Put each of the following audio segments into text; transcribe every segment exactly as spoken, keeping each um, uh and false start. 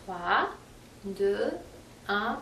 trois, deux, un.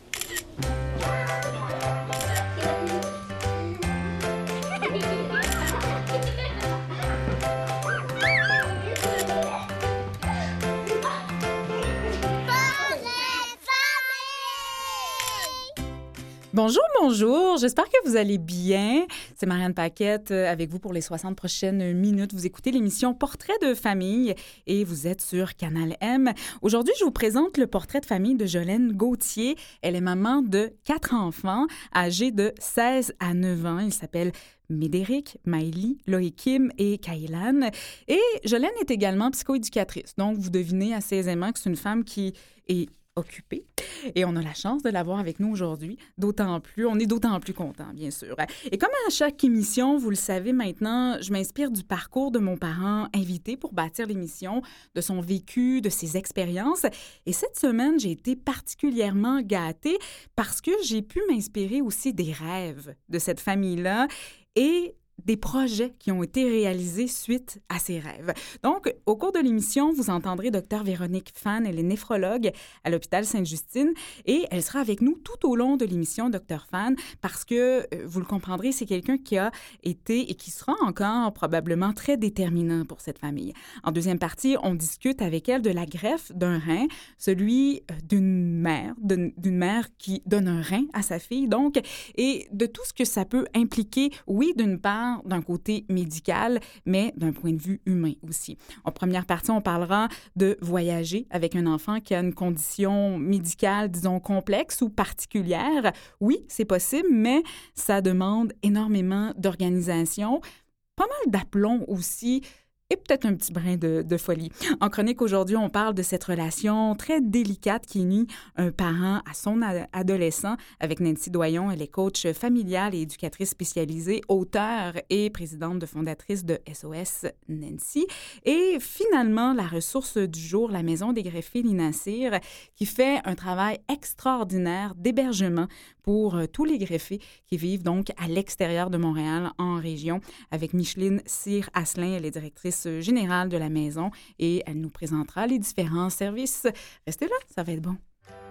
Bonjour, bonjour. J'espère que vous allez bien. C'est Marianne Paquette avec vous pour les soixante prochaines minutes. Vous écoutez l'émission Portrait de famille et vous êtes sur Canal M. Aujourd'hui, je vous présente le portrait de famille de Jolène Gauthier. Elle est maman de quatre enfants âgés de seize à neuf ans. Ils s'appellent Médéric, Maëlie, Loïkim et Kailan. Et Jolène est également psychoéducatrice. Donc, vous devinez assez aisément que c'est une femme qui est occupée. Et on a la chance de l'avoir avec nous aujourd'hui, d'autant plus, on est d'autant plus contents, bien sûr. Et comme à chaque émission, vous le savez maintenant, je m'inspire du parcours de mon parent invité pour bâtir l'émission, de son vécu, de ses expériences. Et cette semaine, j'ai été particulièrement gâtée parce que j'ai pu m'inspirer aussi des rêves de cette famille-là et des projets qui ont été réalisés suite à ces rêves. Donc, au cours de l'émission, vous entendrez Dr Véronique Fan, elle est néphrologue à l'hôpital Sainte-Justine et elle sera avec nous tout au long de l'émission, Dr Fan, parce que, vous le comprendrez, c'est quelqu'un qui a été et qui sera encore probablement très déterminant pour cette famille. En deuxième partie, on discute avec elle de la greffe d'un rein, celui d'une mère, d'une, d'une mère qui donne un rein à sa fille, donc, et de tout ce que ça peut impliquer, oui, d'une part, d'un côté médical, mais d'un point de vue humain aussi. En première partie, on parlera de voyager avec un enfant qui a une condition médicale, disons, complexe ou particulière. Oui, c'est possible, mais ça demande énormément d'organisation, pas mal d'aplomb aussi, et peut-être un petit brin de, de folie. En chronique aujourd'hui, on parle de cette relation très délicate qui unit un parent à son adolescent avec Nancy Doyon. Elle est coach familiale et éducatrice spécialisée, auteure et présidente de fondatrice de S O S Nancy. Et finalement, la ressource du jour, la Maison des greffés l'INACIR, qui fait un travail extraordinaire d'hébergement pour tous les greffés qui vivent donc à l'extérieur de Montréal, en région, avec Micheline Cyr-Asselin. Elle est directrice générale de la maison et elle nous présentera les différents services. Restez là, ça va être bon.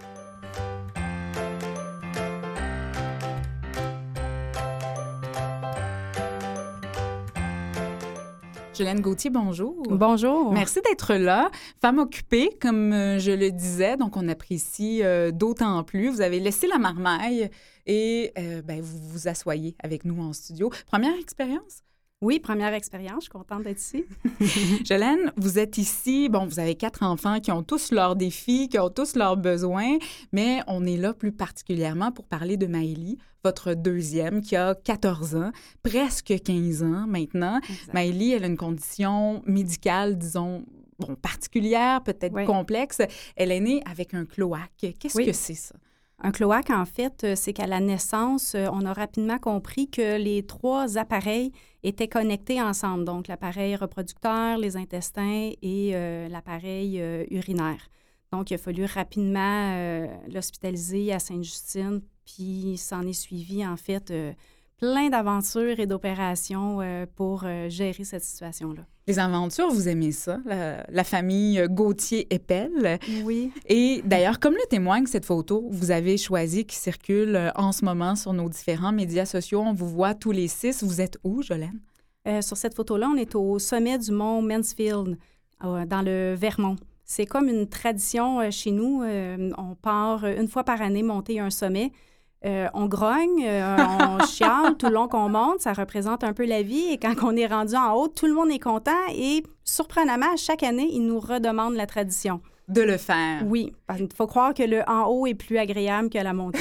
Jolène Gauthier, bonjour. Bonjour. Merci d'être là. Femme occupée, comme je le disais, donc on apprécie euh, d'autant plus. Vous avez laissé la marmaille et euh, ben, vous vous asseyez avec nous en studio. Première expérience? Oui, première expérience. Je suis contente d'être ici. Jolène, vous êtes ici. Bon, vous avez quatre enfants qui ont tous leurs défis, qui ont tous leurs besoins, mais on est là plus particulièrement pour parler de Maëlie, votre deuxième, qui a quatorze ans, presque quinze ans maintenant. Exact. Maëlie, elle a une condition médicale, disons, bon, particulière, peut-être oui. complexe. Elle est née avec un cloaque. Qu'est-ce oui. que c'est ça? Un cloaque, en fait, c'est qu'à la naissance, on a rapidement compris que les trois appareils étaient connectés ensemble. Donc, l'appareil reproducteur, les intestins et euh, l'appareil euh, urinaire. Donc, il a fallu rapidement euh, l'hospitaliser à Sainte-Justine, puis s'en est suivi, en fait, euh, plein d'aventures et d'opérations euh, pour euh, gérer cette situation-là. Les aventures, vous aimez ça, la, la famille Gauthier-Epel. Oui. Et d'ailleurs, comme le témoigne cette photo, vous avez choisi qui circule en ce moment sur nos différents médias sociaux. On vous voit tous les six. Vous êtes où, Jolène? Euh, sur cette photo-là, on est au sommet du mont Mansfield, euh, dans le Vermont. C'est comme une tradition euh, chez nous. Euh, on part une fois par année monter un sommet. Euh, on grogne, euh, on chiale tout le long qu'on monte, ça représente un peu la vie. Et quand on est rendu en haut, tout le monde est content et surprenamment, chaque année, ils nous redemandent la tradition. De le faire. Oui, il faut croire que le en haut est plus agréable que la montée.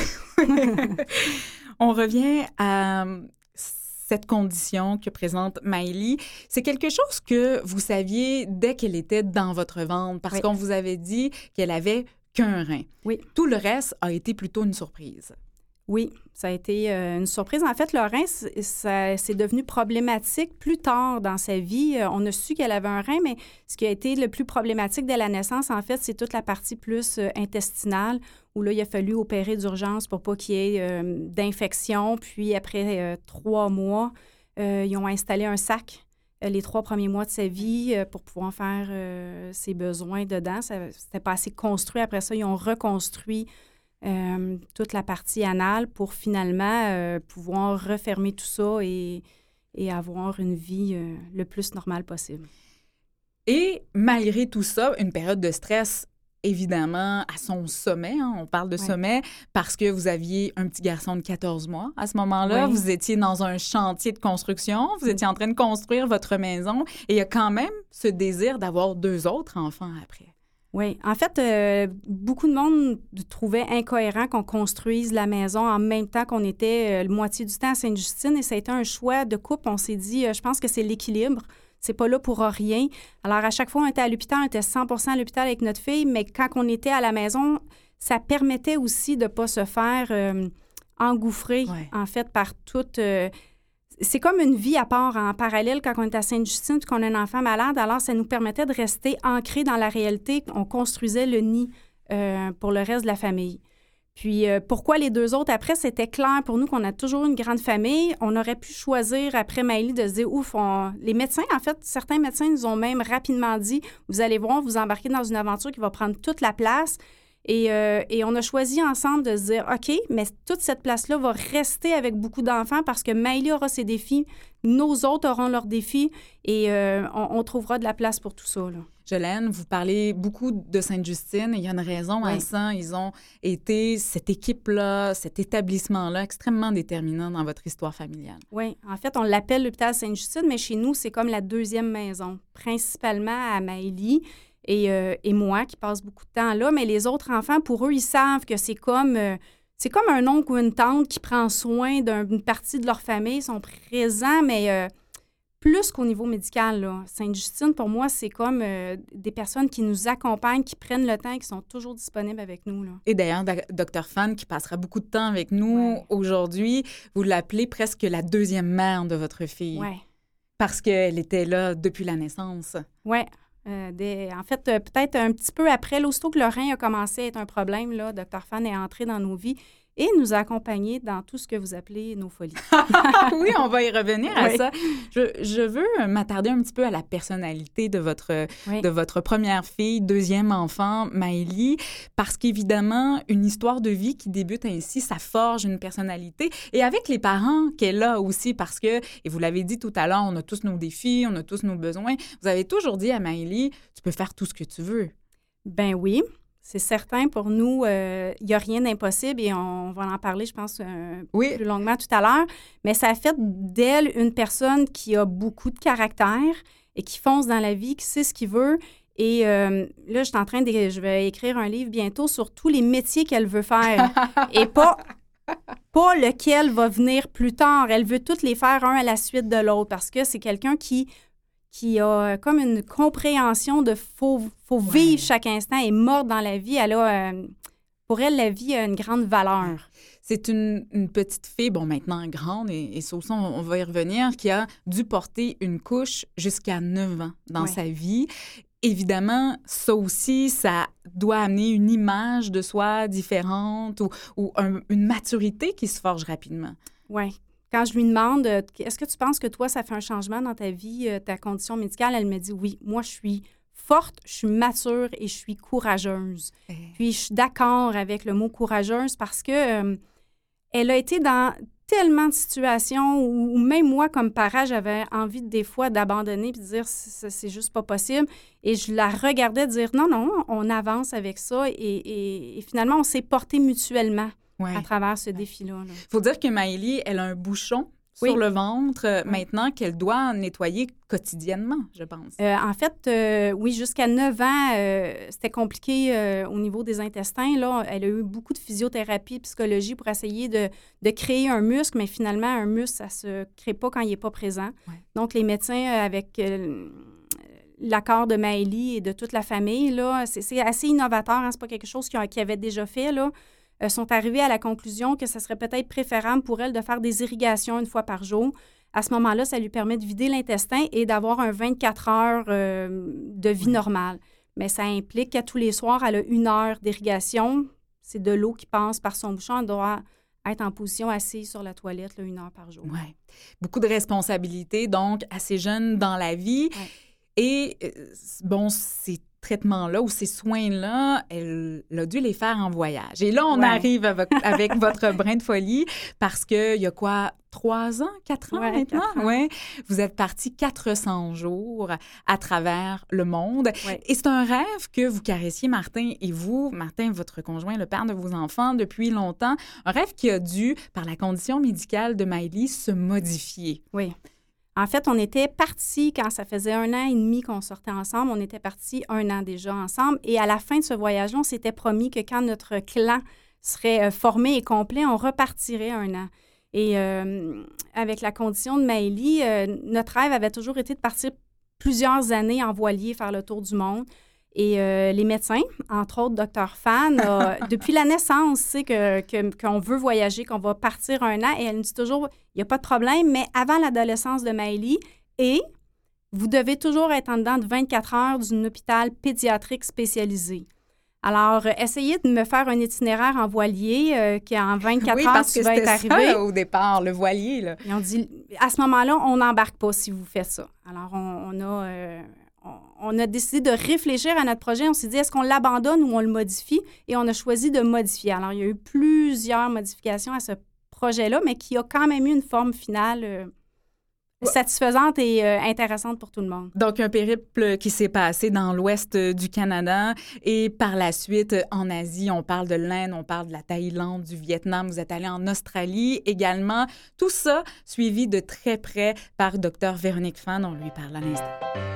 On revient à cette condition que présente Maëlie. C'est quelque chose que vous saviez dès qu'elle était dans votre ventre parce oui. qu'on vous avait dit qu'elle avait qu'un rein. Oui. Tout le reste a été plutôt une surprise. Oui, ça a été euh, une surprise. En fait, le rein, ça, c'est devenu problématique plus tard dans sa vie. Euh, on a su qu'elle avait un rein, mais ce qui a été le plus problématique dès la naissance, en fait, c'est toute la partie plus euh, intestinale, où là, il a fallu opérer d'urgence pour pas qu'il y ait euh, d'infection. Puis après euh, trois mois, euh, ils ont installé un sac euh, les trois premiers mois de sa vie euh, pour pouvoir faire euh, ses besoins dedans. Ça, c'était pas assez construit. Après ça, ils ont reconstruit euh, toute la partie anale pour finalement euh, pouvoir refermer tout ça et, et avoir une vie euh, le plus normale possible. Et malgré tout ça, une période de stress, évidemment, à son sommet, hein, on parle de Oui. sommet, parce que vous aviez un petit garçon de quatorze mois à ce moment-là, Oui. vous étiez dans un chantier de construction, vous étiez en train de construire votre maison, et il y a quand même ce désir d'avoir deux autres enfants après. Oui. En fait, euh, beaucoup de monde trouvait incohérent qu'on construise la maison en même temps qu'on était euh, la moitié du temps à Sainte-Justine, et ça a été un choix de couple. On s'est dit, euh, je pense que c'est l'équilibre. C'est pas là pour rien. Alors, à chaque fois, on était à l'hôpital, on était cent pour cent à l'hôpital avec notre fille, mais quand on était à la maison, ça permettait aussi de ne pas se faire euh, engouffrer, Ouais. en fait, par toute... Euh, c'est comme une vie à part, en parallèle, quand on est à Sainte-Justine puis qu'on a un enfant malade. Alors, ça nous permettait de rester ancrés dans la réalité. On construisait le nid euh, pour le reste de la famille. Puis, euh, pourquoi les deux autres? Après, c'était clair pour nous qu'on a toujours une grande famille. On aurait pu choisir, après Maëlie, de se dire, ouf, on... les médecins, en fait, certains médecins nous ont même rapidement dit, vous allez voir, vous embarquez dans une aventure qui va prendre toute la place. Et, euh, et on a choisi ensemble de se dire, OK, mais toute cette place-là va rester avec beaucoup d'enfants parce que Maëlie aura ses défis, nos autres auront leurs défis et euh, on, on trouvera de la place pour tout ça, là. Jolène, vous parlez beaucoup de Sainte-Justine et il y a une raison à Oui. ça. Ils ont été, cette équipe-là, cet établissement-là, extrêmement déterminant dans votre histoire familiale. Oui, en fait, on l'appelle l'hôpital Sainte-Justine, mais chez nous, c'est comme la deuxième maison, principalement à Maëlie et, euh, et moi qui passe beaucoup de temps là. Mais les autres enfants, pour eux, ils savent que c'est comme, euh, c'est comme un oncle ou une tante qui prend soin d'un- d'une partie de leur famille, ils sont présents, mais... Euh, plus qu'au niveau médical, là. Sainte-Justine, pour moi, c'est comme euh, des personnes qui nous accompagnent, qui prennent le temps et qui sont toujours disponibles avec nous, là. Et d'ailleurs, Docteur Fan, qui passera beaucoup de temps avec nous Ouais. aujourd'hui, vous l'appelez presque la deuxième mère de votre fille. Oui, Parce qu'elle était là depuis la naissance. oui. Euh, des- en fait, euh, peut-être un petit peu après, là, aussitôt que le rein a commencé à être un problème, là, Docteur Fan est entré dans nos vies et nous a accompagnés dans tout ce que vous appelez nos folies. Oui, on va y revenir à Oui. ça. Je, je veux m'attarder un petit peu à la personnalité de votre, Oui. de votre première fille, deuxième enfant, Maëlie, parce qu'évidemment, une histoire de vie qui débute ainsi, ça forge une personnalité. Et avec les parents qu'elle a aussi, parce que, et vous l'avez dit tout à l'heure, on a tous nos défis, on a tous nos besoins. Vous avez toujours dit à Maëlie, tu peux faire tout ce que tu veux. Ben oui, c'est certain. Pour nous, euh, il n'y a rien d'impossible et on va en parler, je pense, euh, Oui. plus longuement tout à l'heure. Mais ça a fait d'elle une personne qui a beaucoup de caractère et qui fonce dans la vie, qui sait ce qu'il veut. Et euh, là, je suis en train de... Je vais écrire un livre bientôt sur tous les métiers qu'elle veut faire et pas... pas lequel va venir plus tard. Elle veut toutes les faire un à la suite de l'autre parce que c'est quelqu'un qui... qui a comme une compréhension de faut, faut Ouais. vivre chaque instant et morte dans la vie. Elle a, euh, pour elle, la vie a une grande valeur. C'est une, une petite fille, bon, maintenant grande, et, et ça aussi, on, on va y revenir, qui a dû porter une couche jusqu'à neuf ans dans Ouais. sa vie. Évidemment, ça aussi, ça doit amener une image de soi différente ou, ou un- une maturité qui se forge rapidement. Oui. Quand je lui demande, euh, est-ce que tu penses que toi, ça fait un changement dans ta vie, euh, ta condition médicale? Elle me dit oui. Moi, je suis forte, je suis mature et je suis courageuse. Puis, je suis d'accord avec le mot courageuse parce que euh, elle a été dans tellement de situations où, où même moi, comme parent, j'avais envie des fois d'abandonner puis de dire c'est c'est juste pas possible. Et je la regardais dire non, non, on avance avec ça. Et, et- et finalement, on s'est porté mutuellement Ouais. à travers ce défi-là, là. Il faut dire que Maëlie, elle a un bouchon Oui. sur le ventre euh, Oui. maintenant qu'elle doit nettoyer quotidiennement, je pense. Euh, en fait, euh, oui, jusqu'à neuf ans, euh, c'était compliqué euh, au niveau des intestins. Là, elle a eu beaucoup de physiothérapie, psychologie pour essayer de, de créer un muscle, mais finalement, un muscle, ça ne se crée pas quand il n'est pas présent. Ouais. Donc, les médecins, euh, avec euh, l'accord de Maëlie et de toute la famille, là, c'est, c'est assez innovateur. Hein, c'est pas quelque chose qu'ils ont- qu'ils avaient déjà fait, là. Euh, sont arrivés à la conclusion que ce serait peut-être préférable pour elle de faire des irrigations une fois par jour. À ce moment-là, ça lui permet de vider l'intestin et d'avoir un vingt-quatre heures euh, de vie Ouais. normale. Mais ça implique qu'à tous les soirs, elle a une heure d'irrigation. C'est de l'eau qui passe par son bouchon. Elle doit être en position assise sur la toilette là, une heure par jour. Oui. Beaucoup de responsabilités, donc, assez jeune dans la vie. Ouais. Et, euh, bon, ces traitements-là ou ces soins-là, elle, elle a dû les faire en voyage. Et là, on Ouais. arrive avec, avec votre brin de folie parce qu'il y a quoi, trois ans, quatre ans Ouais, maintenant? quatre ans. Oui. Vous êtes parti quatre cents jours à travers le monde. Ouais. Et c'est un rêve que vous caressiez, Martin, et vous, Martin, votre conjoint, le père de vos enfants, depuis longtemps. Un rêve qui a dû, par la condition médicale de Maëlie, se modifier. Oui. En fait, on était partis quand ça faisait un an et demi qu'on sortait ensemble. On était partis un an déjà ensemble. Et à la fin de ce voyage-là, on s'était promis que quand notre clan serait euh, formé et complet, on repartirait un an. Et euh, avec la condition de Maëlie, euh, notre rêve avait toujours été de partir plusieurs années en voilier, faire le tour du monde. Et euh, les médecins, entre autres docteur Fan, a, depuis la naissance, sait que, que, qu'on veut voyager, qu'on va partir un an. Et elle nous dit toujours, il n'y a pas de problème, mais avant l'adolescence de Maëlie, et vous devez toujours être en dedans de vingt-quatre heures d'un hôpital pédiatrique spécialisé. Alors, euh, essayez de me faire un itinéraire en voilier euh, qui en vingt-quatre oui, heures, parce tu que vas être c'était arrivé. ça, là, au départ, le voilier, là. Et on dit, à ce moment-là, on n'embarque pas si vous faites ça. Alors, on, on a... Euh, on a décidé de réfléchir à notre projet. On s'est dit, est-ce qu'on l'abandonne ou on le modifie? Et on a choisi de modifier. Alors, il y a eu plusieurs modifications à ce projet-là, mais qui a quand même eu une forme finale euh, Ouais. satisfaisante et euh, intéressante pour tout le monde. Donc, un périple qui s'est passé dans l'ouest du Canada et par la suite en Asie. On parle de l'Inde, on parle de la Thaïlande, du Vietnam. Vous êtes allé en Australie également. Tout ça suivi de très près par Dr Véronique Fan. On lui parle à l'instant.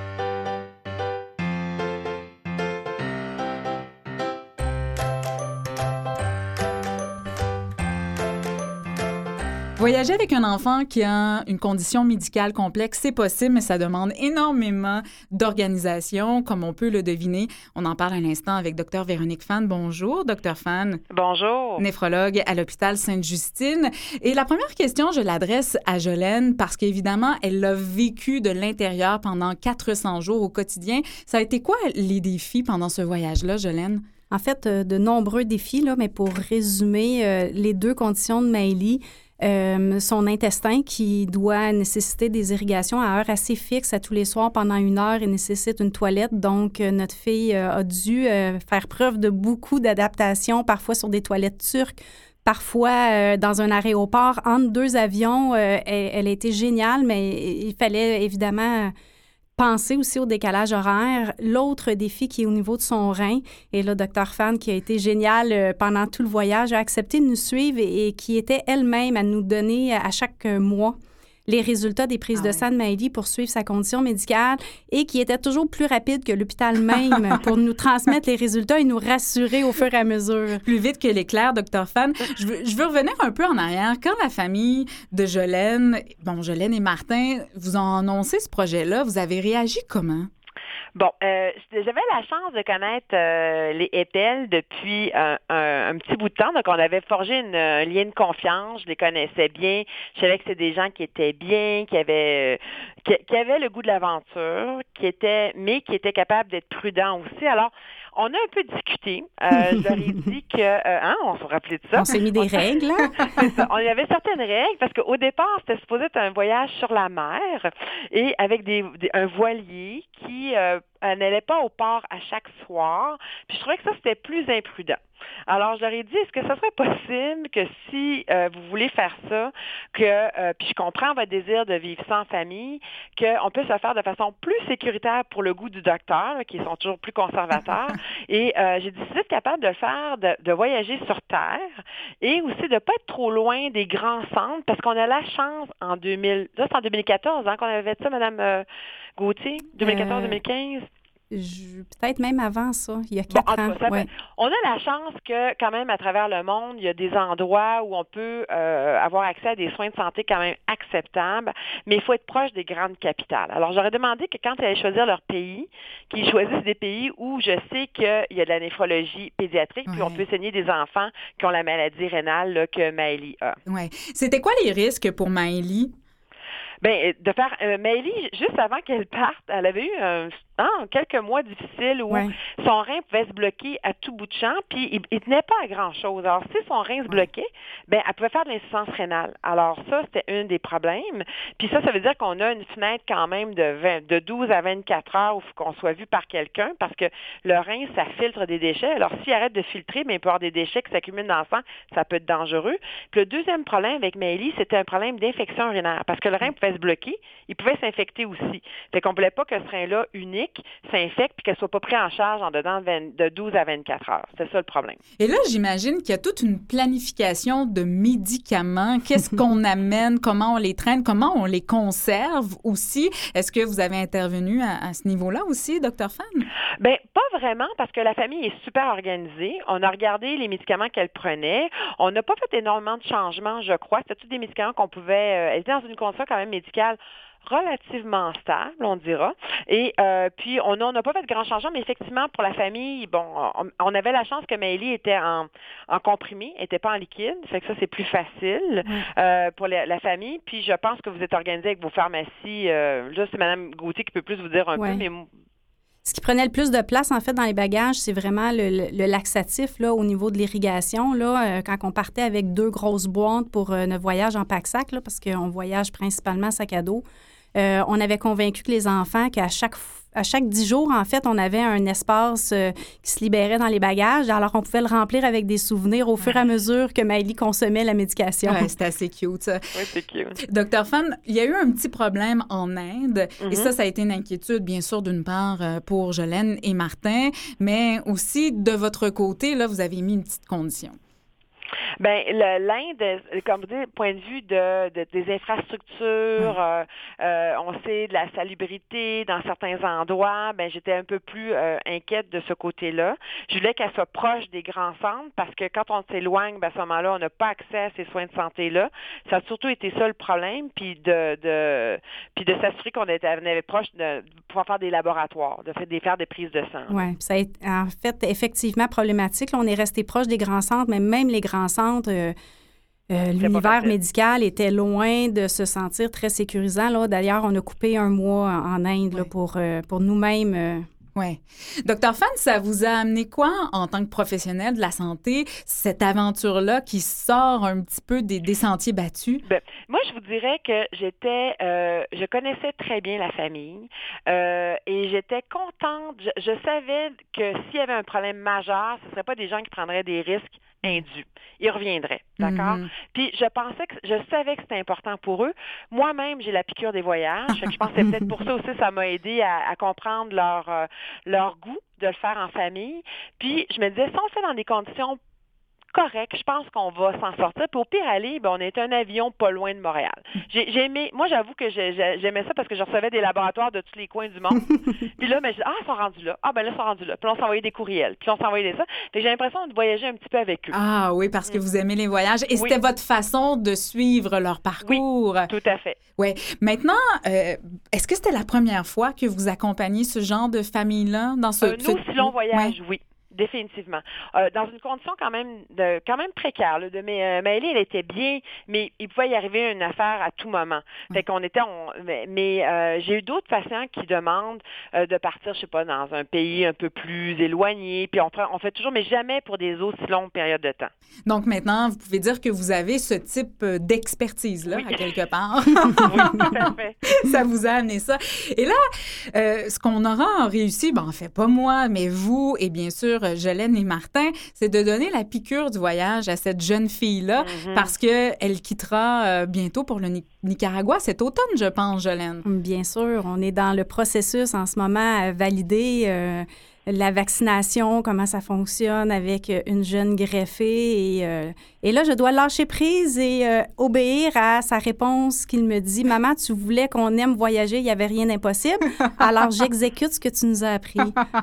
Voyager avec un enfant qui a une condition médicale complexe, c'est possible, mais ça demande énormément d'organisation, comme on peut le deviner. On en parle à l'instant avec Dr Véronique Fan. Bonjour, Dr Fan. Bonjour. Néphrologue à l'hôpital Sainte-Justine. Et la première question, je l'adresse à Jolène parce qu'évidemment, elle l'a vécu de l'intérieur pendant quatre cents jours au quotidien. Ça a été quoi les défis pendant ce voyage-là, Jolène? En fait, euh, de nombreux défis, là, mais pour résumer, euh, les deux conditions de Maëlie, Euh, son intestin qui doit nécessiter des irrigations à heure assez fixe à tous les soirs pendant une heure et nécessite une toilette. Donc, euh, notre fille euh, a dû euh, faire preuve de beaucoup d'adaptation, parfois sur des toilettes turques, parfois euh, dans un aéroport entre deux avions. Euh, elle, elle a été géniale, mais il fallait évidemment penser aussi au décalage horaire. L'autre défi qui est au niveau de son rein, et là, docteur Fan, qui a été génial euh, pendant tout le voyage, a accepté de nous suivre et, et qui était elle-même à nous donner à chaque euh, mois les résultats des prises Ah de ouais. sang de Maëlie pour suivre sa condition médicale et qui était toujours plus rapide que l'hôpital même pour nous transmettre les résultats et nous rassurer au fur et à mesure. Plus vite que l'éclair, docteur Fan. Je veux, je veux revenir un peu en arrière. Quand la famille de Jolène, bon, Jolène et Martin, vous ont annoncé ce projet-là, vous avez réagi comment? Bon, euh, j'avais la chance de connaître euh, les Ethel depuis un, un, un petit bout de temps. Donc, on avait forgé une, un lien de confiance. Je les connaissais bien. Je savais que c'était des gens qui étaient bien, qui avaient, euh, qui, qui avaient le goût de l'aventure, qui étaient, mais qui étaient capables d'être prudents aussi. Alors, on a un peu discuté. Euh, je leur ai dit que, euh, hein, on se rappelait de ça. On s'est mis des règles. C'est ça. On y avait certaines règles parce qu'au départ, c'était supposé être un voyage sur la mer et avec des, des un voilier qui euh, n'allait pas au port à chaque soir. Puis je trouvais que ça, c'était plus imprudent. Alors, je leur ai dit, est-ce que ça serait possible que si euh, vous voulez faire ça, que, euh, puis je comprends votre désir de vivre ça en famille, qu'on puisse le faire de façon plus sécuritaire pour le goût du docteur, là, qui sont toujours plus conservateurs. Et euh, j'ai décidé de capable de le faire, de, de voyager sur Terre et aussi de ne pas être trop loin des grands centres, parce qu'on a la chance en deux mille, là c'est en deux mille quatorze hein, qu'on avait fait ça, Mme euh, Gauthier, deux mille quatorze deux mille quinze. Je, peut-être même avant ça, il y a Bon, quatre en tout ans. cas, ça ouais. fait- on a la chance que, quand même, à travers le monde, il y a des endroits où on peut euh, avoir accès à des soins de santé quand même acceptables, mais il faut être proche des grandes capitales. Alors, j'aurais demandé que quand ils allaient choisir leur pays, qu'ils choisissent des pays où je sais qu'il y a de la néphrologie pédiatrique, puis Ouais. on peut saigner des enfants qui ont la maladie rénale là, que Maëlie a. Ouais. C'était quoi les risques pour Maëlie? Ben, de faire euh, Maëlie, juste avant qu'elle parte, elle avait eu un, hein, quelques mois difficiles où ouais. son rein pouvait se bloquer à tout bout de champ, puis il, il tenait pas à grand-chose. Alors, si son rein se bloquait, ben elle pouvait faire de l'insuffisance rénale. Alors, ça, c'était un des problèmes. Puis ça, ça veut dire qu'on a une fenêtre quand même de, vingt, de douze à vingt-quatre heures où il faut qu'on soit vu par quelqu'un, parce que le rein, ça filtre des déchets. Alors, s'il arrête de filtrer, bien, il peut y avoir des déchets qui s'accumulent dans le sang, ça peut être dangereux. Puis le deuxième problème avec Maëlie, c'était un problème d'infection urinaire, parce que le rein pouvait se bloquer, il pouvait s'infecter aussi. Fait qu'on ne voulait pas que ce rein-là, unique, s'infecte puis qu'elle ne soit pas prise en charge en dedans de, vingt, de douze à vingt-quatre heures. C'est ça le problème. Et là, j'imagine qu'il y a toute une planification de médicaments. Qu'est-ce qu'on amène, comment on les traîne, comment on les conserve aussi. Est-ce que vous avez intervenu à, à ce niveau-là aussi, docteur Fan? Bien, pas vraiment, parce que la famille est super organisée. On a regardé les médicaments qu'elle prenait. On n'a pas fait énormément de changements, je crois. C'était tous des médicaments qu'on pouvait... Euh, elle était dans une condition quand même médicale relativement stable, on dira. Et euh, puis, on n'a pas fait de grands changements, mais effectivement, pour la famille, bon, on, on avait la chance que Maëlie était en, en comprimé, n'était pas en liquide, fait que ça, c'est plus facile euh, pour la, la famille. Puis, je pense que vous êtes organisé avec vos pharmacies. Euh, là, c'est Mme Gauthier qui peut plus vous dire un ouais. peu, mais... Ce qui prenait le plus de place, en fait, dans les bagages, c'est vraiment le, le, le laxatif, là, au niveau de l'irrigation. Là, euh, quand on partait avec deux grosses boîtes pour euh, notre voyage en pack-sac, là, parce qu'on voyage principalement sac à dos, euh, on avait convaincu que les enfants, qu'à chaque à chaque dix jours, en fait, on avait un espace euh, qui se libérait dans les bagages. Alors, on pouvait le remplir avec des souvenirs au fur et à mesure que Maëlie consommait la médication. Ouais, c'était assez cute, ça. Oui, c'est cute. Docteur Fan, il y a eu un petit problème en Inde. Mm-hmm. Et ça, ça a été une inquiétude, bien sûr, d'une part pour Jolène et Martin, mais aussi de votre côté, là, vous avez mis une petite condition. Bien, l'Inde, comme vous dites, point de vue de, de des infrastructures, euh, euh, on sait de la salubrité dans certains endroits, bien, j'étais un peu plus euh, inquiète de ce côté-là. Je voulais qu'elle soit proche des grands centres parce que quand on s'éloigne, bien, à ce moment-là, on n'a pas accès à ces soins de santé-là. Ça a surtout été ça le problème, puis de, de, puis de s'assurer qu'on était, on avait proche de pouvoir faire des laboratoires, de faire des, faire des prises de sang. Oui, ça a été en fait effectivement problématique. Là, on est resté proche des grands centres, mais même les grands centres, Euh, euh, l'univers médical était loin de se sentir très sécurisant. Là. D'ailleurs, on a coupé un mois en Inde là, oui. pour, euh, pour nous-mêmes. Euh... Oui. Docteur Fan, ça vous a amené quoi en tant que professionnel de la santé, cette aventure-là qui sort un petit peu des, des sentiers battus? Ben, moi, je vous dirais que j'étais, euh, je connaissais très bien la famille euh, et j'étais contente. Je, je savais que s'il y avait un problème majeur, ce ne seraient pas des gens qui prendraient des risques indus. Ils reviendraient, d'accord? Mm-hmm. Puis je pensais que, je savais que c'était important pour eux. Moi-même, j'ai la piqûre des voyages. Je pense que c'est peut-être pour ça aussi, ça m'a aidé à, à comprendre leur, euh, leur goût de le faire en famille. Puis je me disais, si on le fait dans des conditions correct, je pense qu'on va s'en sortir. Puis au pire aller, ben, on est un avion pas loin de Montréal. J'ai, j'ai aimé, moi j'avoue que j'ai, j'aimais ça parce que je recevais des laboratoires de tous les coins du monde. Puis là, ben, je dis, ah, ils sont rendus là. Ah, ben là, ils sont rendus là. Puis là, on s'envoyait des courriels. Puis on s'envoyait des ça. Fait que j'ai l'impression de voyager un petit peu avec eux. Ah oui, parce que vous aimez les voyages. Et oui. C'était votre façon de suivre leur parcours. Oui, tout à fait. Oui. Maintenant, euh, est-ce que c'était la première fois que vous accompagnez ce genre de famille-là dans ce... Euh, nous, ce... si l'on voyage, ouais. oui. Définitivement. Euh, dans une condition quand même de quand même précaire. Là, de euh, Maëlie, elle était bien, mais il pouvait y arriver une affaire à tout moment. Fait qu'on était, on, mais, mais euh, j'ai eu d'autres patients qui demandent euh, de partir, je sais pas, dans un pays un peu plus éloigné. Puis on, on fait toujours, mais jamais pour des aussi longues périodes de temps. Donc maintenant, vous pouvez dire que vous avez ce type d'expertise-là, oui. à quelque part. Oui, tout à fait. Ça vous a amené ça. Et là, euh, ce qu'on aura réussi, ben en fait pas moi, mais vous et bien sûr Jolène et Martin, c'est de donner la piqûre du voyage à cette jeune fille-là mm-hmm. parce qu'elle quittera euh, bientôt pour le Ni- Nicaragua cet automne, je pense, Jolène. Bien sûr, on est dans le processus en ce moment à valider euh, la vaccination, comment ça fonctionne avec une jeune greffée. Et, euh, et là, je dois lâcher prise et euh, obéir à sa réponse qu'il me dit. « Maman, tu voulais qu'on aime voyager, il n'y avait rien d'impossible. Alors, j'exécute ce que tu nous as appris. »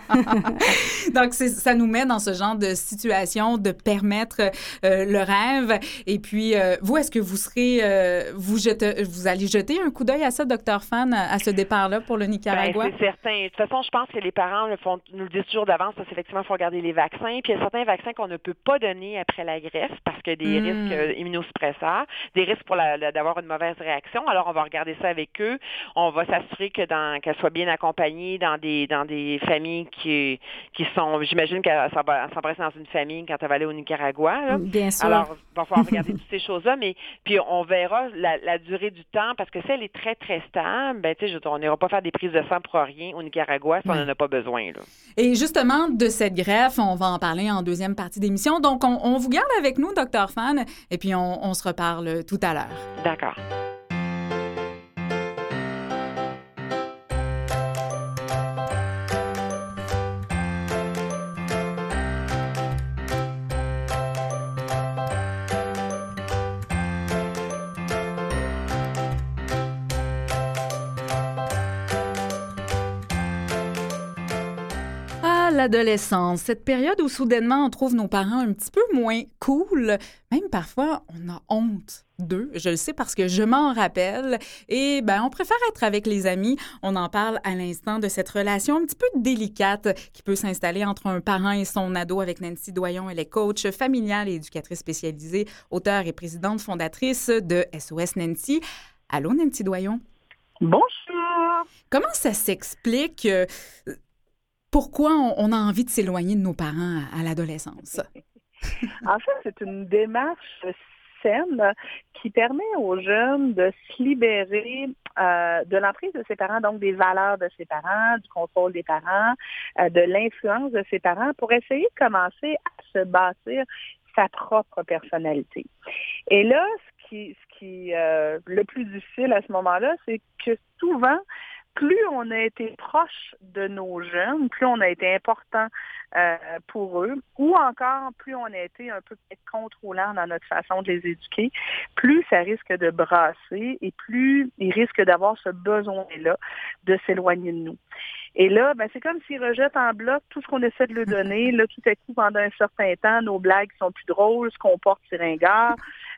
Donc, c'est, ça nous met dans ce genre de situation de permettre euh, le rêve. Et puis, euh, vous, est-ce que vous serez... Euh, vous, jete, vous allez jeter un coup d'œil à ça, docteur Fan, à, à ce départ-là pour le Nicaragua? Ben, c'est certain. De toute façon, je pense que les parents le font, nous le disent toujours d'avance, parce qu'effectivement, il faut regarder les vaccins. Puis il y a certains vaccins qu'on ne peut pas donner après la greffe parce qu'il y a des Mm. risques euh, immunosuppresseurs, des risques pour la, la- d'avoir une mauvaise réaction. Alors, on va regarder ça avec eux. On va s'assurer que dans qu'elles soient bien accompagnées dans des dans des familles qui qui sont, j'imagine qu'elle s'en va- elle s'embrasse dans une famille quand elle va aller au Nicaragua. Là. Bien sûr. Alors, il va falloir regarder toutes ces choses-là, mais puis on verra la, la durée du temps, parce que si elle est très, très stable, ben, tu sais, on n'ira pas faire des prises de sang pour rien au Nicaragua si on Ouais. n'en a pas besoin, là. Et justement, de cette greffe, on va en parler en deuxième partie d'émission. Donc, on, on vous garde avec nous, docteur Fan, et puis on, on se reparle tout à l'heure. D'accord. Ah, l'adolescence, cette période où soudainement on trouve nos parents un petit peu moins cool, même parfois on a honte d'eux, je le sais parce que je m'en rappelle, et ben on préfère être avec les amis. On en parle à l'instant de cette relation un petit peu délicate qui peut s'installer entre un parent et son ado avec Nancy Doyon. Elle est coach familiale et éducatrice spécialisée, auteure et présidente fondatrice de S O S Nancy. Allô Nancy Doyon? Bonjour! Comment ça s'explique? euh, Pourquoi on, on a envie de s'éloigner de nos parents à, à l'adolescence? En fait, c'est une démarche saine qui permet aux jeunes de se libérer euh, de l'emprise de ses parents, donc des valeurs de ses parents, du contrôle des parents, euh, de l'influence de ses parents, pour essayer de commencer à se bâtir sa propre personnalité. Et là, ce qui, ce qui euh, le plus difficile à ce moment-là, c'est que souvent, plus on a été proche de nos jeunes, plus on a été important euh, pour eux, ou encore plus on a été un peu contrôlant dans notre façon de les éduquer, plus ça risque de brasser et plus ils risquent d'avoir ce besoin-là de s'éloigner de nous. Et là, ben, c'est comme s'ils rejettent en bloc tout ce qu'on essaie de leur donner. Là, tout à coup, pendant un certain temps, nos blagues sont plus drôles, ce qu'on porte, c'est ringard.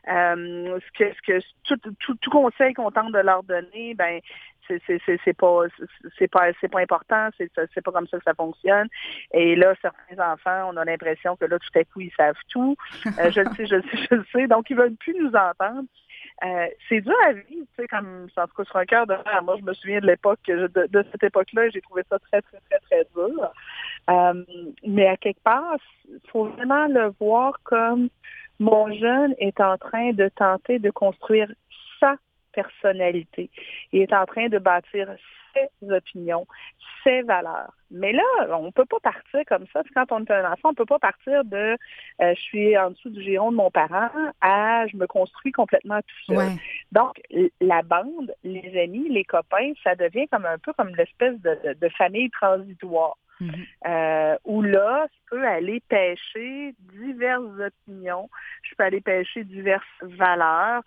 Euh, ce que, ce que, tout, tout, tout conseil qu'on tente de leur donner, ben, c'est, c'est, c'est, c'est pas, c'est pas, c'est pas important, c'est, c'est pas comme ça que ça fonctionne. Et là, certains enfants, on a l'impression que là, tout à coup, ils savent tout. Euh, je le sais, je le sais, je le sais. Donc, ils veulent plus nous entendre. Euh, c'est dur à vivre, tu sais, comme, en tout cas, sur un cœur de mer. Moi, je me souviens de l'époque, de, de cette époque-là, et j'ai trouvé ça très, très, très, très dur. Euh, mais à quelque part, il faut vraiment le voir comme mon jeune est en train de tenter de construire sa personnalité. Il est en train de bâtir ses opinions, ses valeurs. Mais là, on ne peut pas partir comme ça. Quand on est un enfant, on ne peut pas partir de euh, je suis en dessous du giron de mon parent à je me construis complètement tout seul. Ouais. Donc, la bande, les amis, les copains, ça devient comme un peu comme l'espèce de, de, de famille transitoire. Mm-hmm. Euh, où là, je peux aller pêcher diverses opinions, je peux aller pêcher diverses valeurs.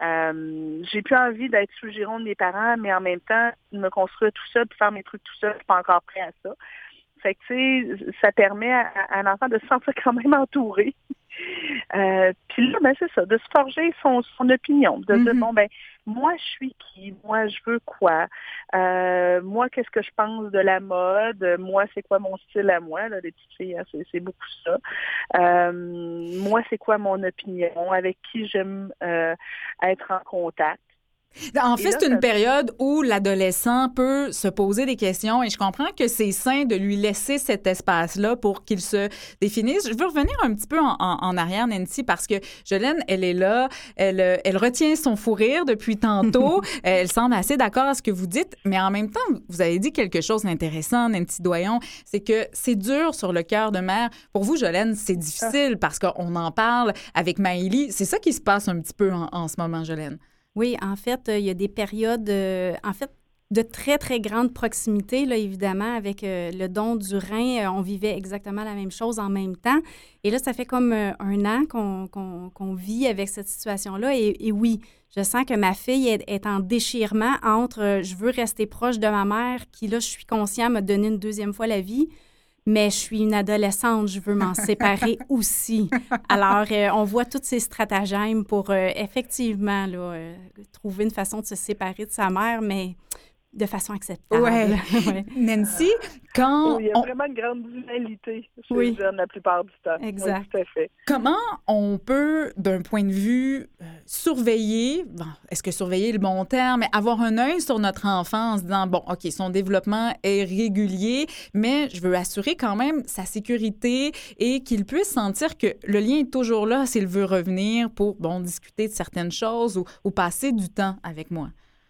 Euh, j'ai plus envie d'être sous le giron de mes parents, mais en même temps, de me construire tout seul, puis faire mes trucs tout seul, je suis pas encore prêt à ça. Fait que, tu sais, ça permet à, à un enfant de se sentir quand même entouré. Euh, puis là, ben, c'est ça, de se forger son, son opinion, de mm-hmm. dire, bon, ben, moi, je suis qui? Moi, je veux quoi? Euh, moi, qu'est-ce que je pense de la mode? Moi, c'est quoi mon style à moi? Là, les petites filles, hein, c'est, c'est beaucoup ça. Euh, moi, c'est quoi mon opinion? Avec qui j'aime euh, être en contact? En fait, là, c'est une ça... période où l'adolescent peut se poser des questions et je comprends que c'est sain de lui laisser cet espace-là pour qu'il se définisse. Je veux revenir un petit peu en, en, en arrière, Nancy, parce que Jolene, elle est là, elle, elle retient son fou rire depuis tantôt. Elle semble assez d'accord à ce que vous dites, mais en même temps, vous avez dit quelque chose d'intéressant, Nancy Doyon, c'est que c'est dur sur le cœur de mère. Pour vous, Jolene, c'est difficile parce qu'on en parle avec Maëlie. C'est ça qui se passe un petit peu en, en ce moment, Jolene. Oui, en fait, euh, il y a des périodes, euh, en fait, de très, très grande proximité, là, évidemment, avec euh, le don du rein. Euh, on vivait exactement la même chose en même temps. Et là, ça fait comme euh, un an qu'on, qu'on, qu'on vit avec cette situation-là. Et, et oui, je sens que ma fille est, est en déchirement entre euh, je veux rester proche de ma mère, qui, là, je suis conscient, m'a donné une deuxième fois la vie, mais je suis une adolescente, je veux m'en séparer aussi. Alors, euh, on voit tous ces stratagèmes pour euh, effectivement là, euh, trouver une façon de se séparer de sa mère, mais de façon acceptable. Ouais. Ouais. Nancy, quand Oh, il y a on- vraiment une grande dualité chez Oui. les jeunes la plupart du temps. Exact. Oui, tout à fait. comment on peut, d'un point de vue, euh, surveiller, bon, est-ce que surveiller est le bon terme, mais avoir un œil sur notre enfant en se disant, bon, OK, son développement est régulier, mais je veux assurer quand même sa sécurité et qu'il puisse sentir que le lien est toujours là s'il veut revenir pour, bon, discuter de certaines choses ou, ou passer du temps avec moi.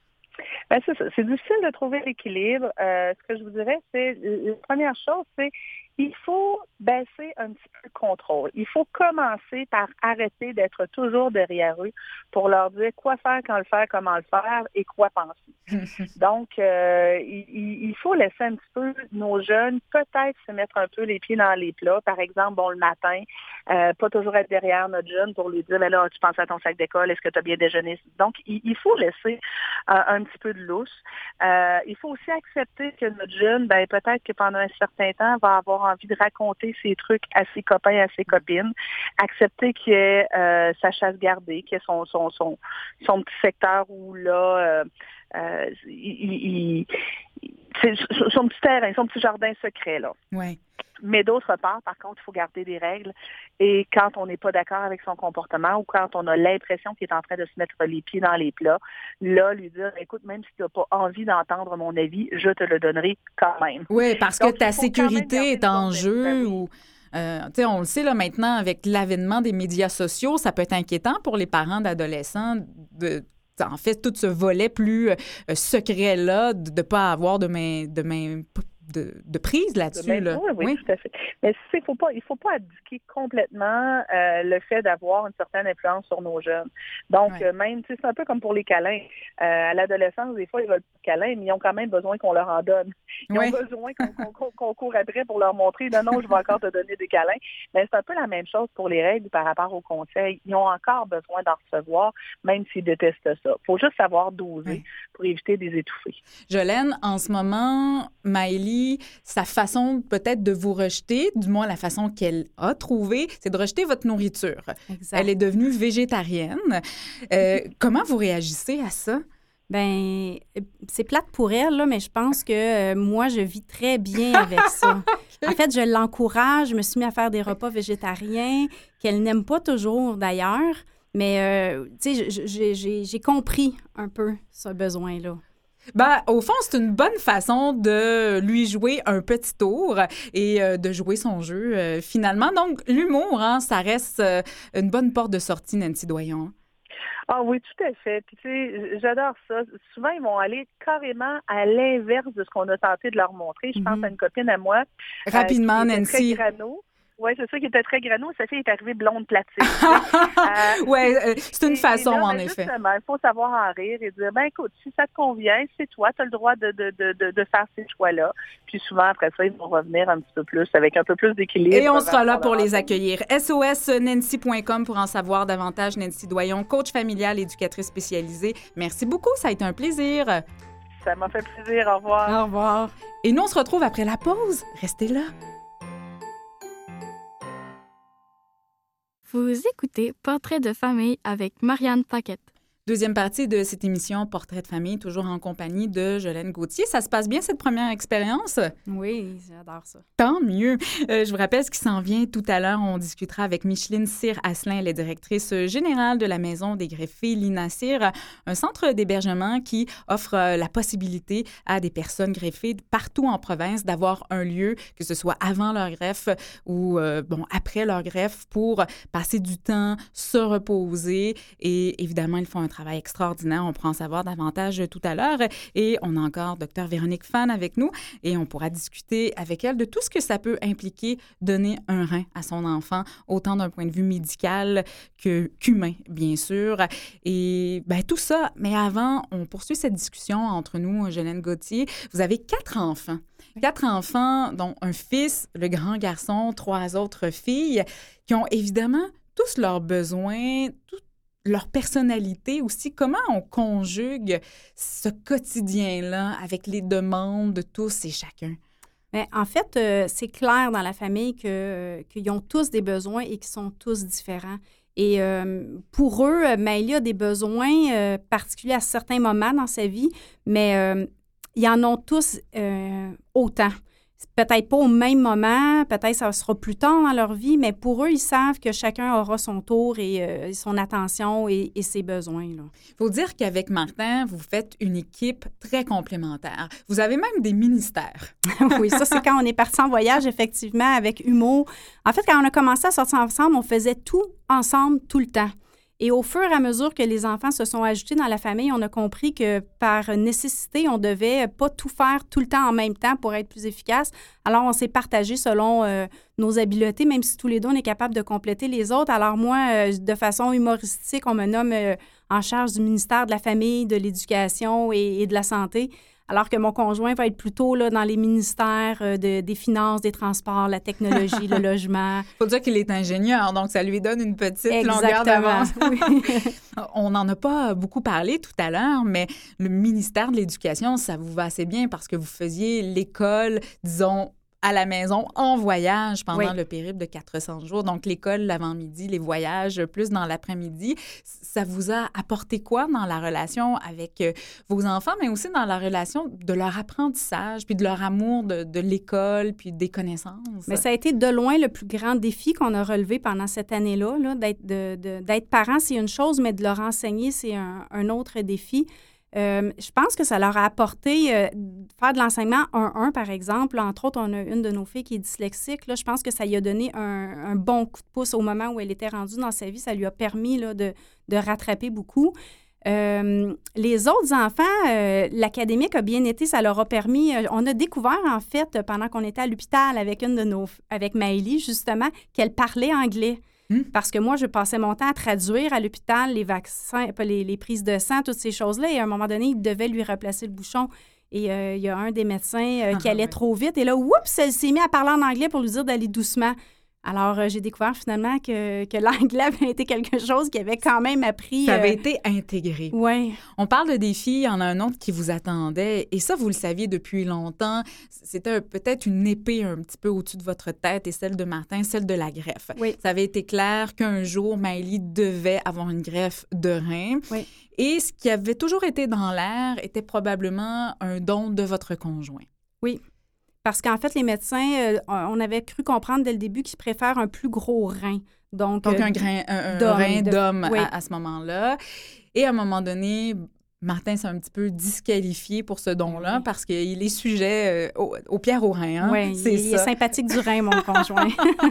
Ben, c'est ça. C'est difficile de trouver l'équilibre. Euh, ce que je vous dirais, c'est la première chose, c'est il faut baisser un petit peu le contrôle. Il faut commencer par arrêter d'être toujours derrière eux pour leur dire quoi faire, quand le faire, comment le faire et quoi penser. Donc, euh, il, il faut laisser un petit peu nos jeunes peut-être se mettre un peu les pieds dans les plats. Par exemple, bon, le matin, euh, pas toujours être derrière notre jeune pour lui dire, mais là, tu penses à ton sac d'école, est-ce que tu as bien déjeuné? Donc, il, il faut laisser euh, un petit peu de lousse. Euh, il faut aussi accepter que notre jeune, ben peut-être que pendant un certain temps, va avoir envie de raconter ses trucs à ses copains, à ses copines. Accepter qu'il y ait euh, sa chasse gardée, qu'il y ait son, son, son, son petit secteur où là, euh, euh, il, il, il, c'est son petit terrain, son petit jardin secret, là. Oui. Mais d'autre part, par contre, il faut garder des règles. Et quand on n'est pas d'accord avec son comportement ou quand on a l'impression qu'il est en train de se mettre les pieds dans les plats, là, lui dire, écoute, même si tu n'as pas envie d'entendre mon avis, je te le donnerai quand même. Oui, parce Donc, que ta il faut quand même sécurité garder est une en bonne jeu distance. ou... Euh, tu sais, on le sait là maintenant avec l'avènement des médias sociaux, ça peut être inquiétant pour les parents d'adolescents de en fait tout ce volet plus euh, secret là de ne pas avoir de main de main de, de prise là-dessus. Ben, Là. Oui, oui, Oui. tout à fait. Mais il faut pas, il faut pas abdiquer complètement euh, le fait d'avoir une certaine influence sur nos jeunes. Donc, Ouais. euh, même, tu sais, c'est un peu comme pour les câlins. Euh, à l'adolescence, des fois, ils veulent pas de câlins, mais ils ont quand même besoin qu'on leur en donne. Ils Ouais. ont besoin qu'on, qu'on, qu'on, qu'on court après pour leur montrer, non, non, je vais encore te donner des câlins. Mais c'est un peu la même chose pour les règles par rapport aux conseils. Ils ont encore besoin d'en recevoir, même s'ils détestent ça. Il faut juste savoir doser Ouais. pour éviter de les étouffer. Jolène, en ce moment, Maëlie, sa façon peut-être de vous rejeter, du moins la façon qu'elle a trouvée, c'est de rejeter votre nourriture. Exact. Elle est devenue végétarienne. Euh, comment vous réagissez à ça? Ben, c'est plate pour elle, là, mais je pense que euh, moi, je vis très bien avec ça. En fait, je l'encourage. Je me suis mis à faire des repas végétariens qu'elle n'aime pas toujours, d'ailleurs. Mais, euh, tu sais, j'ai, j'ai, j'ai compris un peu ce besoin-là. Ben, au fond, c'est une bonne façon de lui jouer un petit tour et euh, de jouer son jeu, euh, finalement. Donc, l'humour, hein, ça reste euh, une bonne porte de sortie, Nancy Doyon. Ah oui, tout à fait. Puis tu sais, j'adore ça. Souvent, ils vont aller carrément à l'inverse de ce qu'on a tenté de leur montrer. Je pense Mhm. à une copine à moi. Rapidement, euh, qui était Nancy. Très grano. Oui, c'est ça qui était très grano. Sa fille est arrivée blonde platine. euh, Oui, euh, c'est une et- façon, et là, en ben, effet. Justement, il faut savoir en rire et dire, ben écoute, si ça te convient, c'est toi, tu as le droit de, de, de, de, de faire ces choix-là. Puis souvent, après ça, ils vont revenir un petit peu plus, avec un peu plus d'équilibre. Et on sera vers là son pour les aventure. accueillir. S O S nancy point com pour en savoir davantage. Nancy Doyon, coach familial, éducatrice spécialisée. Merci beaucoup, ça a été un plaisir. Ça m'a fait plaisir. Au revoir. Au revoir. Et nous, on se retrouve après la pause. Restez là. Vous écoutez Portrait de famille avec Marianne Paquette. Deuxième partie de cette émission Portrait de famille, toujours en compagnie de Jolène Gauthier. Ça se passe bien, cette première expérience? Oui, j'adore ça. Tant mieux. Euh, je vous rappelle ce qui s'en vient tout à l'heure. On discutera avec Micheline Cyr-Asselin, elle est directrice générale de la Maison des greffés Lina Cyr, un centre d'hébergement qui offre euh, la possibilité à des personnes greffées partout en province d'avoir un lieu, que ce soit avant leur greffe ou euh, bon après leur greffe, pour passer du temps, se reposer. Et évidemment, ils font un travail extraordinaire. On pourra en savoir davantage tout à l'heure. Et on a encore Dr Véronique Fan avec nous et on pourra discuter avec elle de tout ce que ça peut impliquer donner un rein à son enfant, autant d'un point de vue médical que, qu'humain, bien sûr. Et ben tout ça, mais avant, on poursuit cette discussion entre nous, Jolène Gauthier. Vous avez quatre enfants. Quatre enfants, dont un fils, le grand garçon, trois autres filles, qui ont évidemment tous leurs besoins, tout leur personnalité aussi. Comment on conjugue ce quotidien-là avec les demandes de tous et chacun? Bien, en fait, euh, c'est clair dans la famille que, euh, qu'ils ont tous des besoins et qu'ils sont tous différents. Et euh, pour eux, Maëlie a des besoins euh, particuliers à certains moments dans sa vie, mais euh, ils en ont tous euh, autant. Peut-être pas au même moment, peut-être ça sera plus tard dans leur vie, mais pour eux, ils savent que chacun aura son tour et euh, son attention et, et ses besoins. Il faut dire qu'avec Martin, vous faites une équipe très complémentaire. Vous avez même des ministères. Oui, ça, c'est quand on est parti en voyage, effectivement, avec humour. En fait, quand on a commencé à sortir ensemble, on faisait tout ensemble, tout le temps. Et au fur et à mesure que les enfants se sont ajoutés dans la famille, on a compris que par nécessité, on devait pas tout faire tout le temps en même temps pour être plus efficace. Alors, on s'est partagé selon euh, nos habiletés, même si tous les deux, on est capable de compléter les autres. Alors moi, euh, de façon humoristique, on me nomme euh, en charge du ministère de la Famille, de l'Éducation et, et de la Santé. Alors que mon conjoint va être plutôt là, dans les ministères euh, de, des Finances, des Transports, la technologie, le logement. Il faut dire qu'il est ingénieur, donc ça lui donne une petite Exactement. longueur d'avance. Oui. On n'en a pas beaucoup parlé tout à l'heure, mais le ministère de l'Éducation, ça vous va assez bien parce que vous faisiez l'école, disons, à la maison, en voyage pendant oui. le périple de quatre cents jours. Donc, l'école l'avant-midi, les voyages plus dans l'après-midi. Ça vous a apporté quoi dans la relation avec euh, vos enfants, mais aussi dans la relation de leur apprentissage, puis de leur amour de, de l'école, puis des connaissances? Mais ça a été de loin le plus grand défi qu'on a relevé pendant cette année-là. Là, d'être, de, de, d'être parent, c'est une chose, mais de leur enseigner, c'est un, un autre défi. Euh, je pense que ça leur a apporté euh, faire de l'enseignement un un, par exemple. Entre autres, on a une de nos filles qui est dyslexique. Là, je pense que ça lui a donné un, un bon coup de pouce au moment où elle était rendue dans sa vie. Ça lui a permis là, de, de rattraper beaucoup. Euh, les autres enfants, euh, l'académique a bien été, ça leur a permis... Euh, on a découvert, en fait, pendant qu'on était à l'hôpital avec une de nos... avec Maëlie, justement, qu'elle parlait anglais. Parce que moi, je passais mon temps à traduire à l'hôpital les vaccins, les, les prises de sang, toutes ces choses-là. Et à un moment donné, il devait lui replacer le bouchon. Et euh, il y a un des médecins euh, qui ah, allait ouais. trop vite. Et là, oups, elle s'est mise à parler en anglais pour lui dire d'aller doucement. Alors, euh, j'ai découvert finalement que, que l'anglais avait été quelque chose qui avait quand même appris... Ça avait euh... été intégré. Oui. On parle de défis, il y en a un autre qui vous attendait. Et ça, vous le saviez depuis longtemps. C'était peut-être une épée un petit peu au-dessus de votre tête et celle de Martin, celle de la greffe. Oui. Ça avait été clair qu'un jour, Maëlie devait avoir une greffe de rein. Oui. Et ce qui avait toujours été dans l'air était probablement un don de votre conjoint. Oui. Parce qu'en fait, les médecins, euh, on avait cru comprendre dès le début qu'ils préfèrent un plus gros rein. Donc, Donc euh, un, grain, un, un d'homme, rein de... d'homme oui. à, à ce moment-là. Et à un moment donné, Martin s'est un petit peu disqualifié pour ce don-là oui. parce qu'il est sujet euh, aux, aux pierres aux reins. Hein? Oui, c'est il, il est sympathique du rein, mon conjoint.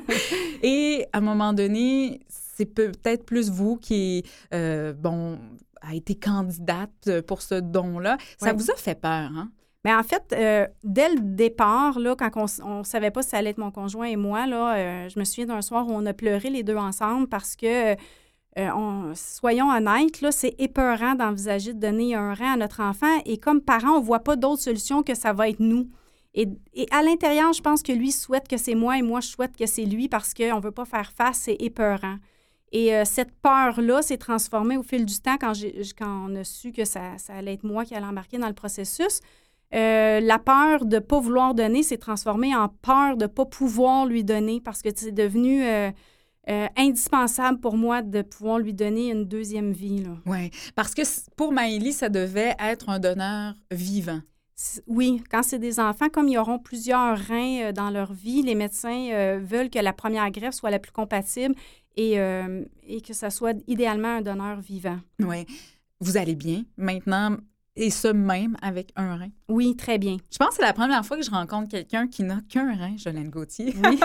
Et à un moment donné, c'est peut-être plus vous qui, euh, bon, a été candidate pour ce don-là. Ça oui. vous a fait peur, hein? Bien, en fait, euh, dès le départ, là, quand on ne savait pas si ça allait être mon conjoint et moi, là, euh, je me souviens d'un soir où on a pleuré les deux ensemble parce que, euh, on, soyons honnêtes, là, c'est épeurant d'envisager de donner un rein à notre enfant et comme parents, on ne voit pas d'autre solution que ça va être nous. Et, et à l'intérieur, je pense que lui souhaite que c'est moi et moi, je souhaite que c'est lui parce qu'on ne veut pas faire face, c'est épeurant. Et euh, cette peur-là s'est transformée au fil du temps quand, j'ai, quand on a su que ça, ça allait être moi qui allais embarquer dans le processus. Euh, la peur de ne pas vouloir donner s'est transformée en peur de ne pas pouvoir lui donner parce que c'est devenu euh, euh, indispensable pour moi de pouvoir lui donner une deuxième vie. Oui, parce que pour Maëlie, ça devait être un donneur vivant. Oui, quand c'est des enfants, comme ils auront plusieurs reins euh, dans leur vie, les médecins euh, veulent que la première greffe soit la plus compatible et, euh, et que ça soit idéalement un donneur vivant. Oui. Vous allez bien maintenant? Et ce, même avec un rein? Oui, très bien. Je pense que c'est la première fois que je rencontre quelqu'un qui n'a qu'un rein, Jolène Gauthier. Oui.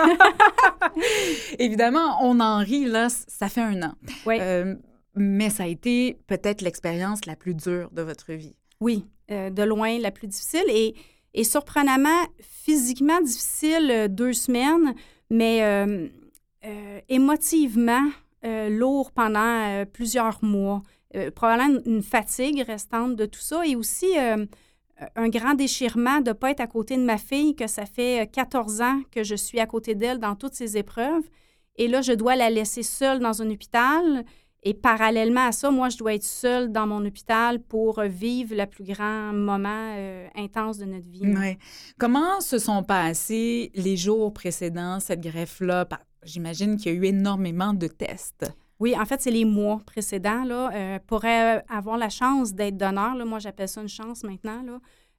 Évidemment, on en rit, là, ça fait un an. Oui. Euh, mais ça a été peut-être l'expérience la plus dure de votre vie. Oui, euh, de loin la plus difficile et, et surprenamment, physiquement difficile euh, deux semaines, mais euh, euh, émotivement euh, lourd pendant euh, plusieurs mois. Euh, probablement une fatigue restante de tout ça et aussi euh, un grand déchirement de ne pas être à côté de ma fille, que ça fait quatorze ans que je suis à côté d'elle dans toutes ses épreuves. Et là, je dois la laisser seule dans un hôpital. Et parallèlement à ça, moi, je dois être seule dans mon hôpital pour vivre le plus grand moment euh, intense de notre vie. Ouais. Comment se sont passés les jours précédents, cette greffe-là? J'imagine qu'il y a eu énormément de tests. Oui, en fait, c'est les mois précédents. Là, euh, pour avoir la chance d'être donneur, là, moi, j'appelle ça une chance maintenant, là,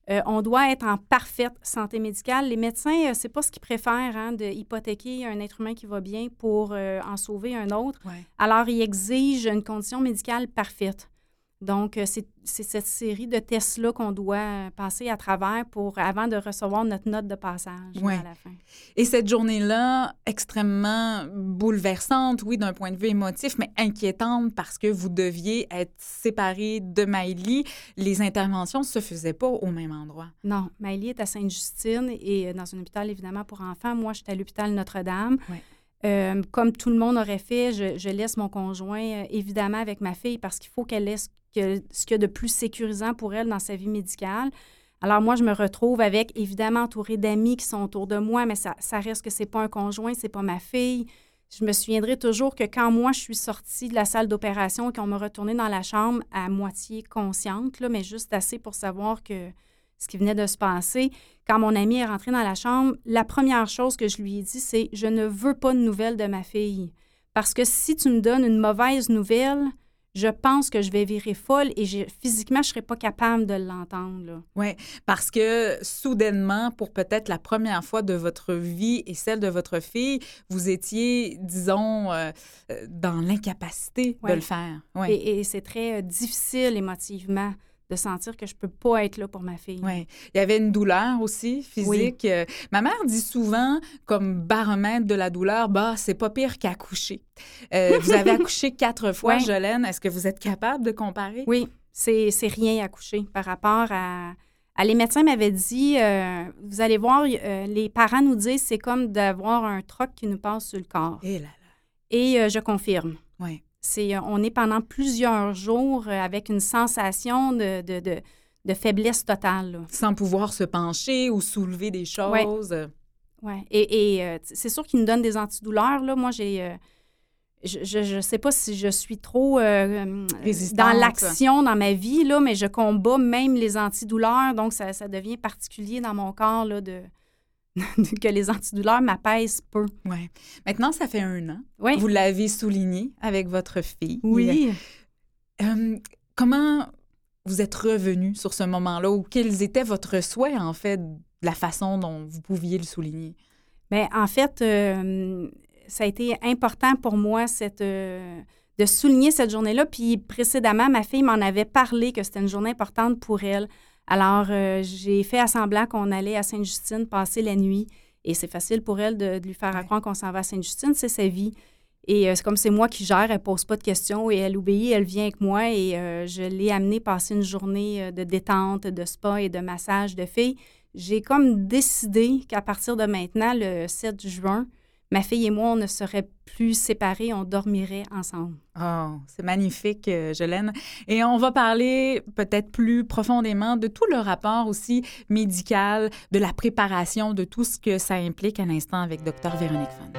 Euh, on doit être en parfaite santé médicale. Les médecins, euh, c'est pas ce qu'ils préfèrent, hein, de hypothéquer un être humain qui va bien pour euh, en sauver un autre. Ouais. Alors, ils exigent une condition médicale parfaite. Donc, euh, c'est, c'est cette série de tests-là qu'on doit passer à travers pour, avant de recevoir notre note de passage Ouais. à la fin. Et cette journée-là, extrêmement bouleversante, oui, d'un point de vue émotif, mais inquiétante parce que vous deviez être séparés de Maëlie. Les interventions ne se faisaient pas au même endroit. Non, Maëlie est à Sainte-Justine et euh, dans un hôpital, évidemment, pour enfants. Moi, j'étais à l'hôpital Notre-Dame. Ouais. Euh, comme tout le monde aurait fait, je, je laisse mon conjoint, euh, évidemment, avec ma fille parce qu'il faut qu'elle ait ce que- ce qu'il y a de plus sécurisant pour elle dans sa vie médicale. Alors moi, je me retrouve avec, évidemment, entourée d'amis qui sont autour de moi, mais ça, ça reste que c'est pas un conjoint, c'est pas ma fille. Je me souviendrai toujours que quand moi, je suis sortie de la salle d'opération et qu'on m'a retournée dans la chambre à moitié consciente, là, mais juste assez pour savoir que ce qui venait de se passer, quand mon ami est rentré dans la chambre, la première chose que je lui ai dit, c'est « Je ne veux pas de nouvelles de ma fille. Parce que si tu me donnes une mauvaise nouvelle, je pense que je vais virer folle et j'ai- physiquement, je ne serais pas capable de l'entendre. » là. Oui, parce que soudainement, pour peut-être la première fois de votre vie et celle de votre fille, vous étiez, disons, euh, euh, dans l'incapacité Ouais. de le faire. Oui. Et, et c'est très euh, difficile émotivement de sentir que je ne peux pas être là pour ma fille. Oui. Il y avait une douleur aussi physique. Euh, ma mère dit souvent, comme baromètre de la douleur, bah, c'est pas pire qu'accoucher. Euh, vous avez accouché quatre fois, Ouais. Jolène. Est-ce que vous êtes capable de comparer? Oui, c'est, c'est rien à coucher par rapport à... à les médecins m'avaient dit, euh, vous allez voir, euh, les parents nous disent c'est comme d'avoir un troc qui nous passe sur le corps. Et là, là. Et euh, je confirme. Oui. C'est, euh, on est pendant plusieurs jours euh, avec une sensation de, de, de, de faiblesse totale. Là. Sans pouvoir se pencher ou soulever des choses. Ouais. Et, et euh, t- c'est sûr qu'ils nous donnent des antidouleurs. Là. Moi, j'ai... euh, je ne sais pas si je suis trop euh, euh, Résistante. dans l'action dans ma vie, là, mais je combats même les antidouleurs. Donc, ça, ça devient particulier dans mon corps là, de, que les antidouleurs m'apaisent peu. Oui. Maintenant, ça fait un an. Oui. Vous l'avez souligné avec votre fille. Oui. Euh, comment vous êtes revenu sur ce moment-là ou quels étaient votre souhait, en fait, de la façon dont vous pouviez le souligner? Bien, en fait, euh, ça a été important pour moi cette, euh, de souligner cette journée-là. Puis précédemment, ma fille m'en avait parlé que c'était une journée importante pour elle. Alors, euh, j'ai fait à semblant qu'on allait à Sainte-Justine passer la nuit. Et c'est facile pour elle de, de lui faire Ouais. croire qu'on s'en va à Sainte-Justine, c'est sa vie. Et euh, c'est comme c'est moi qui gère, elle ne pose pas de questions et elle obéit, elle vient avec moi. Et euh, je l'ai amenée passer une journée euh, de détente, de spa et de massage de filles. J'ai comme décidé qu'à partir de maintenant, le sept juin, ma fille et moi, on ne serait plus séparés, on dormirait ensemble. Oh, c'est magnifique, euh, Jolène. Et on va parler peut-être plus profondément de tout le rapport aussi médical, de la préparation, de tout ce que ça implique à l'instant avec Dr Véronique Fan.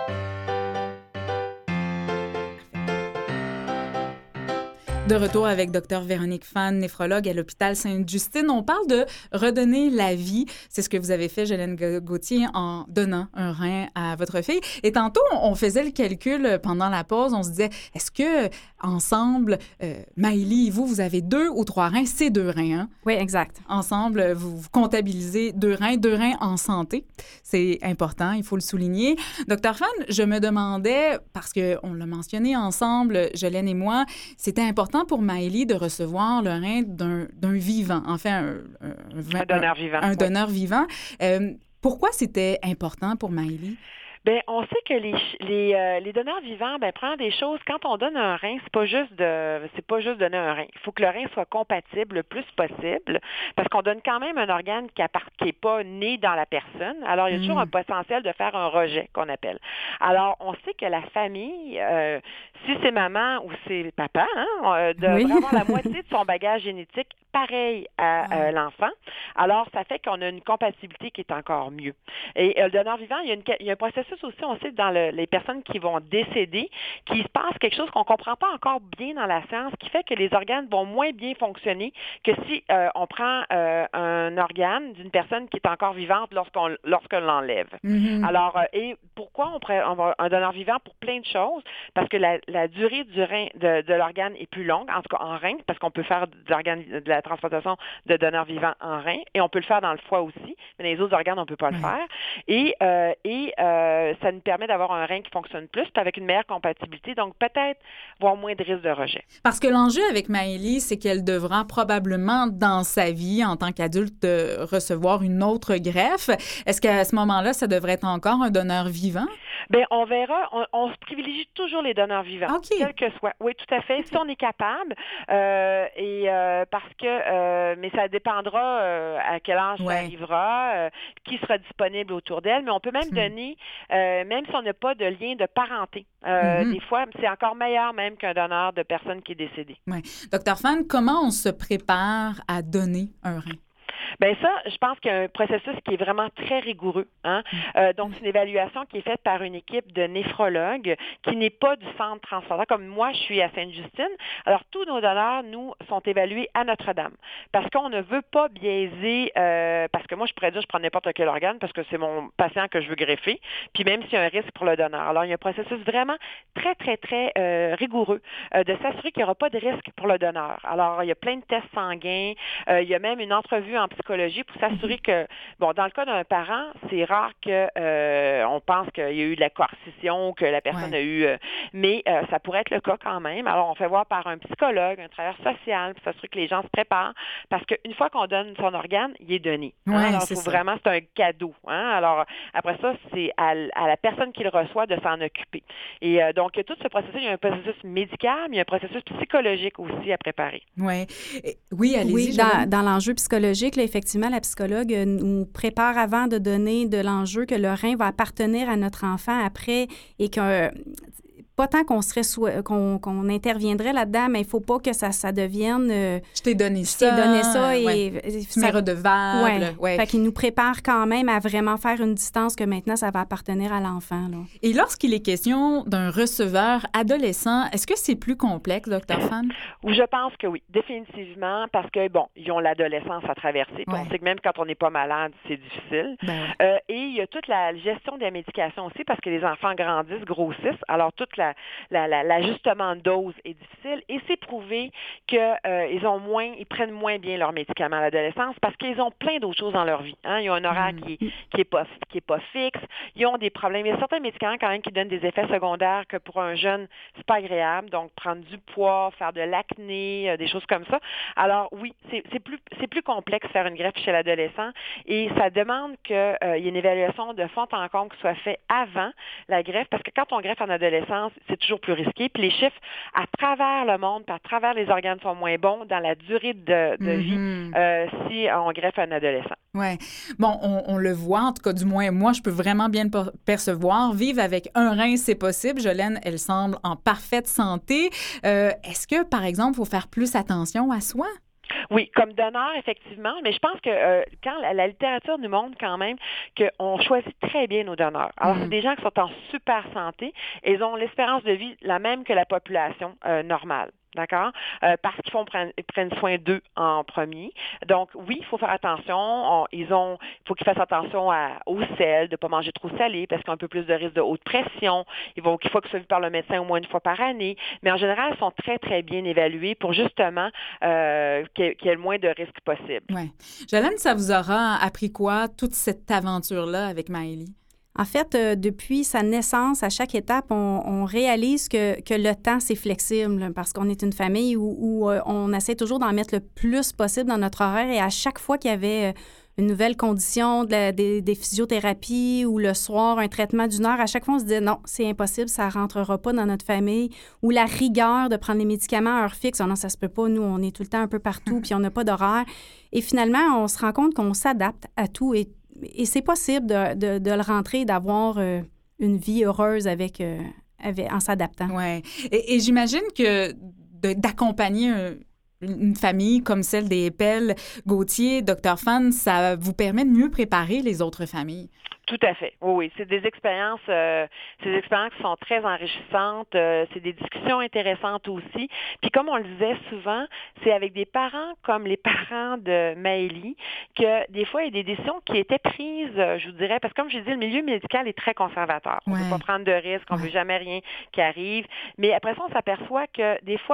De retour avec Dr Véronique Fan, néphrologue à l'hôpital Sainte-Justine. On parle de redonner la vie. C'est ce que vous avez fait, Jolène Gauthier, en donnant un rein à votre fille. Et tantôt, on faisait le calcul pendant la pause. On se disait, est-ce que ensemble, euh, Maëlie et vous, vous avez deux ou trois reins? C'est deux reins, hein? Oui, exact. Ensemble, vous, vous comptabilisez deux reins, deux reins en santé. C'est important, il faut le souligner. Docteur Fan, je me demandais, parce qu'on l'a mentionné ensemble, Jolène et moi, c'était important pour Maëlie de recevoir le rein d'un, d'un vivant, enfin un, un, Un donneur vivant. un oui. donneur vivant. Euh, pourquoi c'était important pour Maëlie? Bien, on sait que les ch- les, euh, les donneurs vivants, ben prendre des choses. Quand on donne un rein, c'est pas juste de c'est pas juste donner un rein. Il faut que le rein soit compatible le plus possible, parce qu'on donne quand même un organe qui appart- qui est pas né dans la personne. Alors il y a Mm. toujours un potentiel de faire un rejet qu'on appelle. Alors on sait que la famille, euh, si c'est maman ou c'est papa, hein, euh, devrait Oui. avoir la moitié de son bagage génétique pareil à Ah. euh, l'enfant. Alors ça fait qu'on a une compatibilité qui est encore mieux. Et euh, le donneur vivant, il y a, une, il y a un processus aussi, on sait, dans le, les personnes qui vont décéder, qu'il se passe quelque chose qu'on ne comprend pas encore bien dans la science, qui fait que les organes vont moins bien fonctionner que si euh, on prend euh, un organe d'une personne qui est encore vivante lorsqu'on, lorsqu'on l'enlève. Mm-hmm. Alors, euh, et pourquoi on prend on va- un donneur vivant? Pour plein de choses, parce que la, la durée du rein, de, de l'organe est plus longue, en tout cas en rein, parce qu'on peut faire de, l'organe, de, la, la transplantation de donneurs vivants en rein, et on peut le faire dans le foie aussi, mais dans les autres organes, on ne peut pas le faire. Et, euh, et euh, ça nous permet d'avoir un rein qui fonctionne plus, puis avec une meilleure compatibilité, donc peut-être avoir moins de risque de rejet. Parce que l'enjeu avec Maëlie, c'est qu'elle devra probablement, dans sa vie, en tant qu'adulte, euh, recevoir une autre greffe. Est-ce qu'à ce moment-là, ça devrait être encore un donneur vivant? Bien, on verra. On, on se privilégie toujours les donneurs vivants, okay. quel que soit. Oui, tout à fait. Si on est capable, euh, et euh, parce que, euh, mais ça dépendra euh, à quel âge ouais. ça arrivera, euh, qui sera disponible autour d'elle. Mais on peut même mmh. donner, euh, même si on n'a pas de lien de parenté. Euh, mmh. Des fois, c'est encore meilleur même qu'un donneur de personne qui est décédée. Oui. Docteur Fan, comment on se prépare à donner un rein? Bien ça, je pense qu'il y a un processus qui est vraiment très rigoureux. Hein? Euh, donc, c'est une évaluation qui est faite par une équipe de néphrologues qui n'est pas du centre transplantaire. Comme moi, je suis à Sainte-Justine. Alors, tous nos donneurs, nous, sont évalués à Notre-Dame. Parce qu'on ne veut pas biaiser, euh, parce que moi, je pourrais dire, je prends n'importe quel organe parce que c'est mon patient que je veux greffer, puis même s'il y a un risque pour le donneur. Alors, il y a un processus vraiment très, très, très euh, rigoureux euh, de s'assurer qu'il n'y aura pas de risque pour le donneur. Alors, il y a plein de tests sanguins. Euh, il y a même une entrevue en psychologie pour s'assurer que, bon, dans le cas d'un parent, c'est rare que euh, on pense qu'il y a eu de la coercition, que la personne ouais. a eu, euh, mais euh, ça pourrait être le cas quand même. Alors, on fait voir par un psychologue, un travailleur social, pour s'assurer que les gens se préparent, parce qu'une fois qu'on donne son organe, il est donné. Ouais, hein? Alors, c'est faut ça. vraiment, c'est un cadeau. Hein? Alors, après ça, c'est à, à la personne qui le reçoit de s'en occuper. Et euh, donc, tout ce processus, il y a un processus médical, mais il y a un processus psychologique aussi à préparer. Ouais. Oui, allez-y. Oui, dans, dans l'enjeu psychologique, là, effectivement, la psychologue nous prépare avant de donner de l'enjeu que le rein va appartenir à notre enfant après et que pas tant qu'on serait sou... qu'on, qu'on interviendrait là-dedans, mais il ne faut pas que ça, ça devienne... Euh, je t'ai donné je ça. Je t'ai donné ça et... Ouais. Ça... Mais redevable. Ouais. Ouais. Fait qu'il nous prépare quand même à vraiment faire une distance que maintenant, ça va appartenir à l'enfant. Là. Et lorsqu'il est question d'un receveur adolescent, est-ce que c'est plus complexe, docteur Fan? Je pense que oui, définitivement, parce que, bon, ils ont l'adolescence à traverser. Ouais. On sait que même quand on n'est pas malade, c'est difficile. Ben ouais. euh, et il y a toute la gestion des médications aussi, parce que les enfants grandissent, grossissent. Alors, toute la, la, la, l'ajustement de dose est difficile. Et c'est prouvé qu'ils euh, ont moins, ils prennent moins bien leurs médicaments à l'adolescence parce qu'ils ont plein d'autres choses dans leur vie. Hein? Ils ont un horaire mm. qui n'est qui est pas, qui est pas fixe. Ils ont des problèmes. Il y a certains médicaments quand même qui donnent des effets secondaires que pour un jeune, c'est pas agréable. Donc, prendre du poids, faire de l'acné, euh, des choses comme ça. Alors, oui, c'est, c'est, plus, c'est plus complexe faire une greffe chez l'adolescent et ça demande qu'il euh, y ait une évaluation de fond en comble qui soit faite avant la greffe parce que quand on greffe en adolescence, c'est toujours plus risqué. Puis les chiffres à travers le monde, puis à travers les organes sont moins bons dans la durée de, de mm-hmm. vie euh, si on greffe un adolescent. Oui. Bon, on, on le voit, en tout cas, du moins, moi, je peux vraiment bien le percevoir. Vivre avec un rein, c'est possible. Jolène, elle semble en parfaite santé. Euh, est-ce que, par exemple, il faut faire plus attention à soi? Oui, comme donneur, effectivement, mais je pense que euh, quand la, la littérature nous montre quand même qu'on choisit très bien nos donneurs. Alors, mm-hmm. c'est des gens qui sont en super santé et ils ont l'espérance de vie la même que la population euh, normale. D'accord? Euh, parce qu'ils font prendre, ils prennent soin d'eux en premier. Donc, oui, il faut faire attention. On, ils ont, il faut qu'ils fassent attention à, au sel, de ne pas manger trop salé, parce qu'ils ont un peu plus de risque de haute pression. Il faut qu'il faut qu'ils soient vus par le médecin au moins une fois par année. Mais en général, ils sont très, très bien évalués pour justement euh, qu'il y ait, qu'il y ait le moins de risques possible. Oui. Jolène, ça vous aura appris quoi, toute cette aventure-là avec Maëlie? En fait, euh, depuis sa naissance, à chaque étape, on, on réalise que, que le temps, c'est flexible parce qu'on est une famille où, où euh, on essaie toujours d'en mettre le plus possible dans notre horaire et à chaque fois qu'il y avait une nouvelle condition, de la, des, des physiothérapies ou le soir, un traitement d'une heure, à chaque fois, on se disait non, c'est impossible, ça ne rentrera pas dans notre famille. Ou la rigueur de prendre les médicaments à heure fixe, oh non, ça se peut pas, nous, on est tout le temps un peu partout puis on n'a pas d'horaire. Et finalement, on se rend compte qu'on s'adapte à tout et Et c'est possible de, de, de le rentrer, d'avoir euh, une vie heureuse avec, euh, avec, en s'adaptant. Oui. Et, et j'imagine que de, d'accompagner un, une famille comme celle des Eppel, Gauthier, docteur Fan, ça vous permet de mieux préparer les autres familles. Tout à fait. Oui, oui. C'est des expériences, euh, c'est des expériences qui sont très enrichissantes. Euh, c'est des discussions intéressantes aussi. Puis comme on le disait souvent, c'est avec des parents comme les parents de Maëlie que des fois, il y a des décisions qui étaient prises, je vous dirais, parce que comme je dis, le milieu médical est très conservateur. On ne ouais. veut pas prendre de risques, on ne ouais. veut jamais rien qui arrive. Mais après ça, on s'aperçoit que des fois,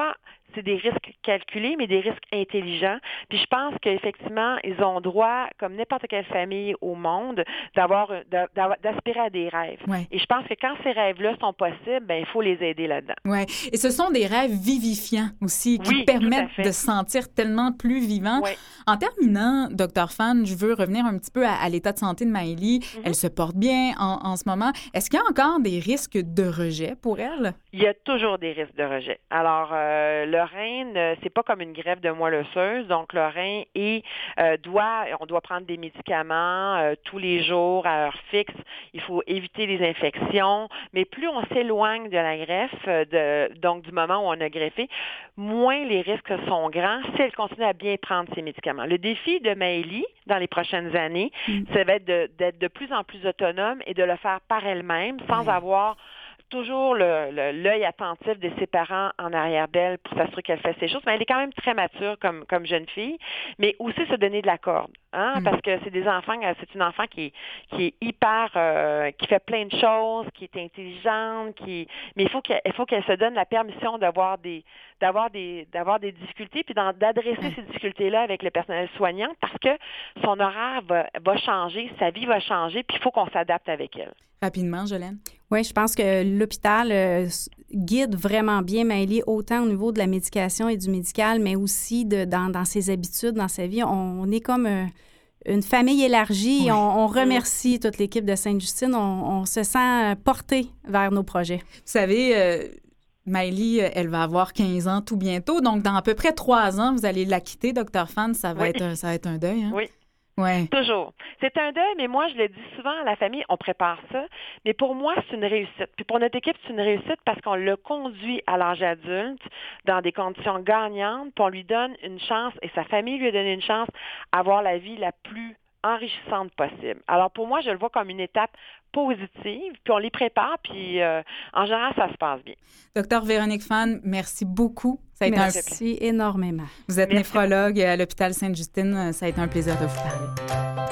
c'est des risques calculés, mais des risques intelligents. Puis je pense qu'effectivement, ils ont droit, comme n'importe quelle famille au monde, d'avoir, d'avoir d'aspirer à des rêves. Ouais. Et je pense que quand ces rêves-là sont possibles, ben il faut les aider là-dedans. Oui, et ce sont des rêves vivifiants aussi, qui Oui, permettent tout à fait. de se sentir tellement plus vivant. Oui. En terminant, docteur Fan, je veux revenir un petit peu à, à l'état de santé de Maëlie. Mm-hmm. Elle se porte bien en, en ce moment. Est-ce qu'il y a encore des risques de rejet pour elle? Il y a toujours des risques de rejet. Alors, euh, le rein, euh, c'est pas comme une greffe de moelle osseuse, donc le rein est, euh, doit, on doit prendre des médicaments euh, tous les jours à heure fixe. Il faut éviter les infections, mais plus on s'éloigne de la greffe, euh, de, donc du moment où on a greffé, moins les risques sont grands si elle continue à bien prendre ses médicaments. Le défi de Maëlie, dans les prochaines années, mm. ça va être de, d'être de plus en plus autonome et de le faire par elle-même sans oui. avoir toujours le, le, l'œil attentif de ses parents en arrière d'elle pour s'assurer qu'elle fait ces choses. Mais elle est quand même très mature comme, comme jeune fille, mais aussi se donner de la corde. Hein? Mm. Parce que c'est des enfants, c'est une enfant qui, qui est hyper, euh, qui fait plein de choses, qui est intelligente, qui, mais il faut qu'elle, il faut qu'elle se donne la permission d'avoir des, d'avoir des, d'avoir des difficultés, puis d'adresser mm. ces difficultés-là avec le personnel soignant, parce que son horaire va, va changer, sa vie va changer, puis il faut qu'on s'adapte avec elle. Rapidement, Jolène. Oui, je pense que l'hôpital euh, guide vraiment bien Maëlie, autant au niveau de la médication et du médical, mais aussi de, dans, dans ses habitudes, dans sa vie. On, on est comme euh, une famille élargie. Oui. On, on remercie toute l'équipe de Sainte-Justine. On, on se sent porté vers nos projets. Vous savez... Euh... Maëlie, elle va avoir quinze ans tout bientôt. Donc, dans à peu près trois ans, vous allez la quitter, docteur Fan. Ça va, oui. être, ça va être un deuil. Hein? Oui. Ouais. Toujours. C'est un deuil, mais moi, je le dis souvent à la famille, on prépare ça. Mais pour moi, c'est une réussite. Puis pour notre équipe, c'est une réussite parce qu'on le conduit à l'âge adulte dans des conditions gagnantes, puis on lui donne une chance, et sa famille lui a donné une chance, à avoir la vie la plus enrichissante possible. Alors pour moi, je le vois comme une étape positive, puis on les prépare, puis euh, en général, ça se passe bien. Docteur Véronique Fan, merci beaucoup. Ça a été merci un... énormément. Vous êtes merci néphrologue beaucoup. à l'hôpital Sainte-Justine. Ça a été un plaisir de vous parler.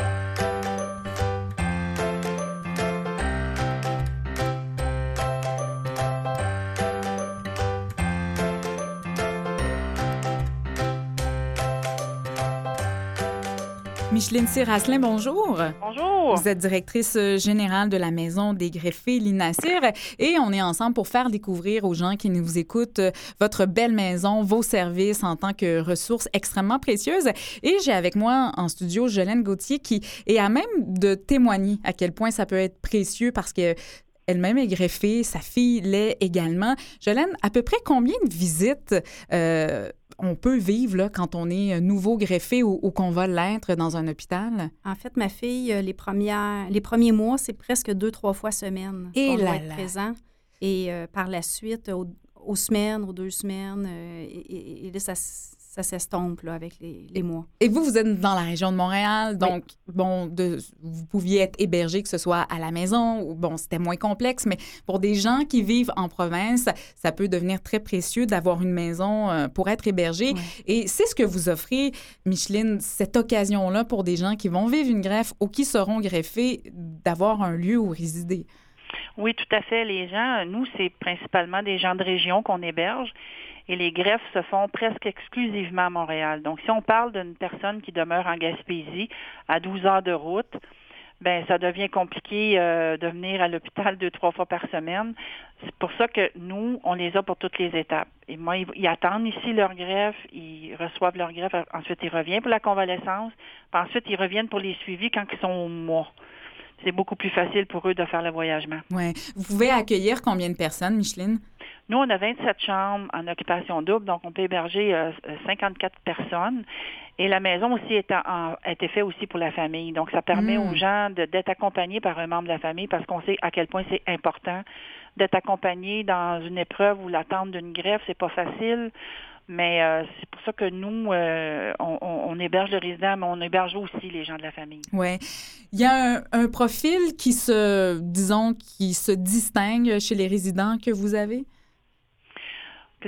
Micheline Cyr-Asselin, bonjour. Bonjour. Vous êtes directrice générale de la Maison des greffés Lina-Cyr et on est ensemble pour faire découvrir aux gens qui nous écoutent votre belle maison, vos services en tant que ressources extrêmement précieuses. Et j'ai avec moi en studio Jolène Gauthier qui est à même de témoigner à quel point ça peut être précieux parce que elle-même est greffée, sa fille l'est également. Jolène, à peu près combien de visites euh, on peut vivre là, quand on est nouveau greffé ou, ou qu'on va l'être dans un hôpital? En fait, ma fille, les, premières, les premiers mois, c'est presque deux, trois fois semaine et qu'on là doit être là. présent. Et euh, par la suite, aux, aux semaines, aux deux semaines, euh, et, et, et là, ça, ça s'estompe là, avec les, les mois. Et vous, vous êtes dans la région de Montréal, donc, oui. bon, de, vous pouviez être hébergé, que ce soit à la maison, ou bon, c'était moins complexe, mais pour des gens qui vivent en province, ça peut devenir très précieux d'avoir une maison euh, pour être hébergé. Oui. Et c'est ce que vous offrez, Micheline, cette occasion-là pour des gens qui vont vivre une greffe ou qui seront greffés, d'avoir un lieu où résider. Oui, tout à fait. Les gens, nous, c'est principalement des gens de région qu'on héberge. Et les greffes se font presque exclusivement à Montréal. Donc, si on parle d'une personne qui demeure en Gaspésie à douze heures de route, ben ça devient compliqué euh, de venir à l'hôpital deux, trois fois par semaine. C'est pour ça que nous, on les a pour toutes les étapes. Et moi, ils, ils attendent ici leur greffe, ils reçoivent leur greffe, ensuite ils reviennent pour la convalescence, puis ensuite ils reviennent pour les suivis quand ils sont au mois. C'est beaucoup plus facile pour eux de faire le voyagement. Oui. Vous pouvez accueillir combien de personnes, Micheline? Nous, on a vingt-sept chambres en occupation double, donc on peut héberger euh, cinquante-quatre personnes. Et la maison aussi est en, a été faite aussi pour la famille. Donc, ça permet mmh. aux gens de, d'être accompagnés par un membre de la famille parce qu'on sait à quel point c'est important d'être accompagné dans une épreuve où l'attente d'une greffe, c'est pas facile. Mais euh, c'est pour ça que nous, euh, on, on héberge le résident, mais on héberge aussi les gens de la famille. Oui. Il y a un, un profil qui se, disons, qui se distingue chez les résidents que vous avez?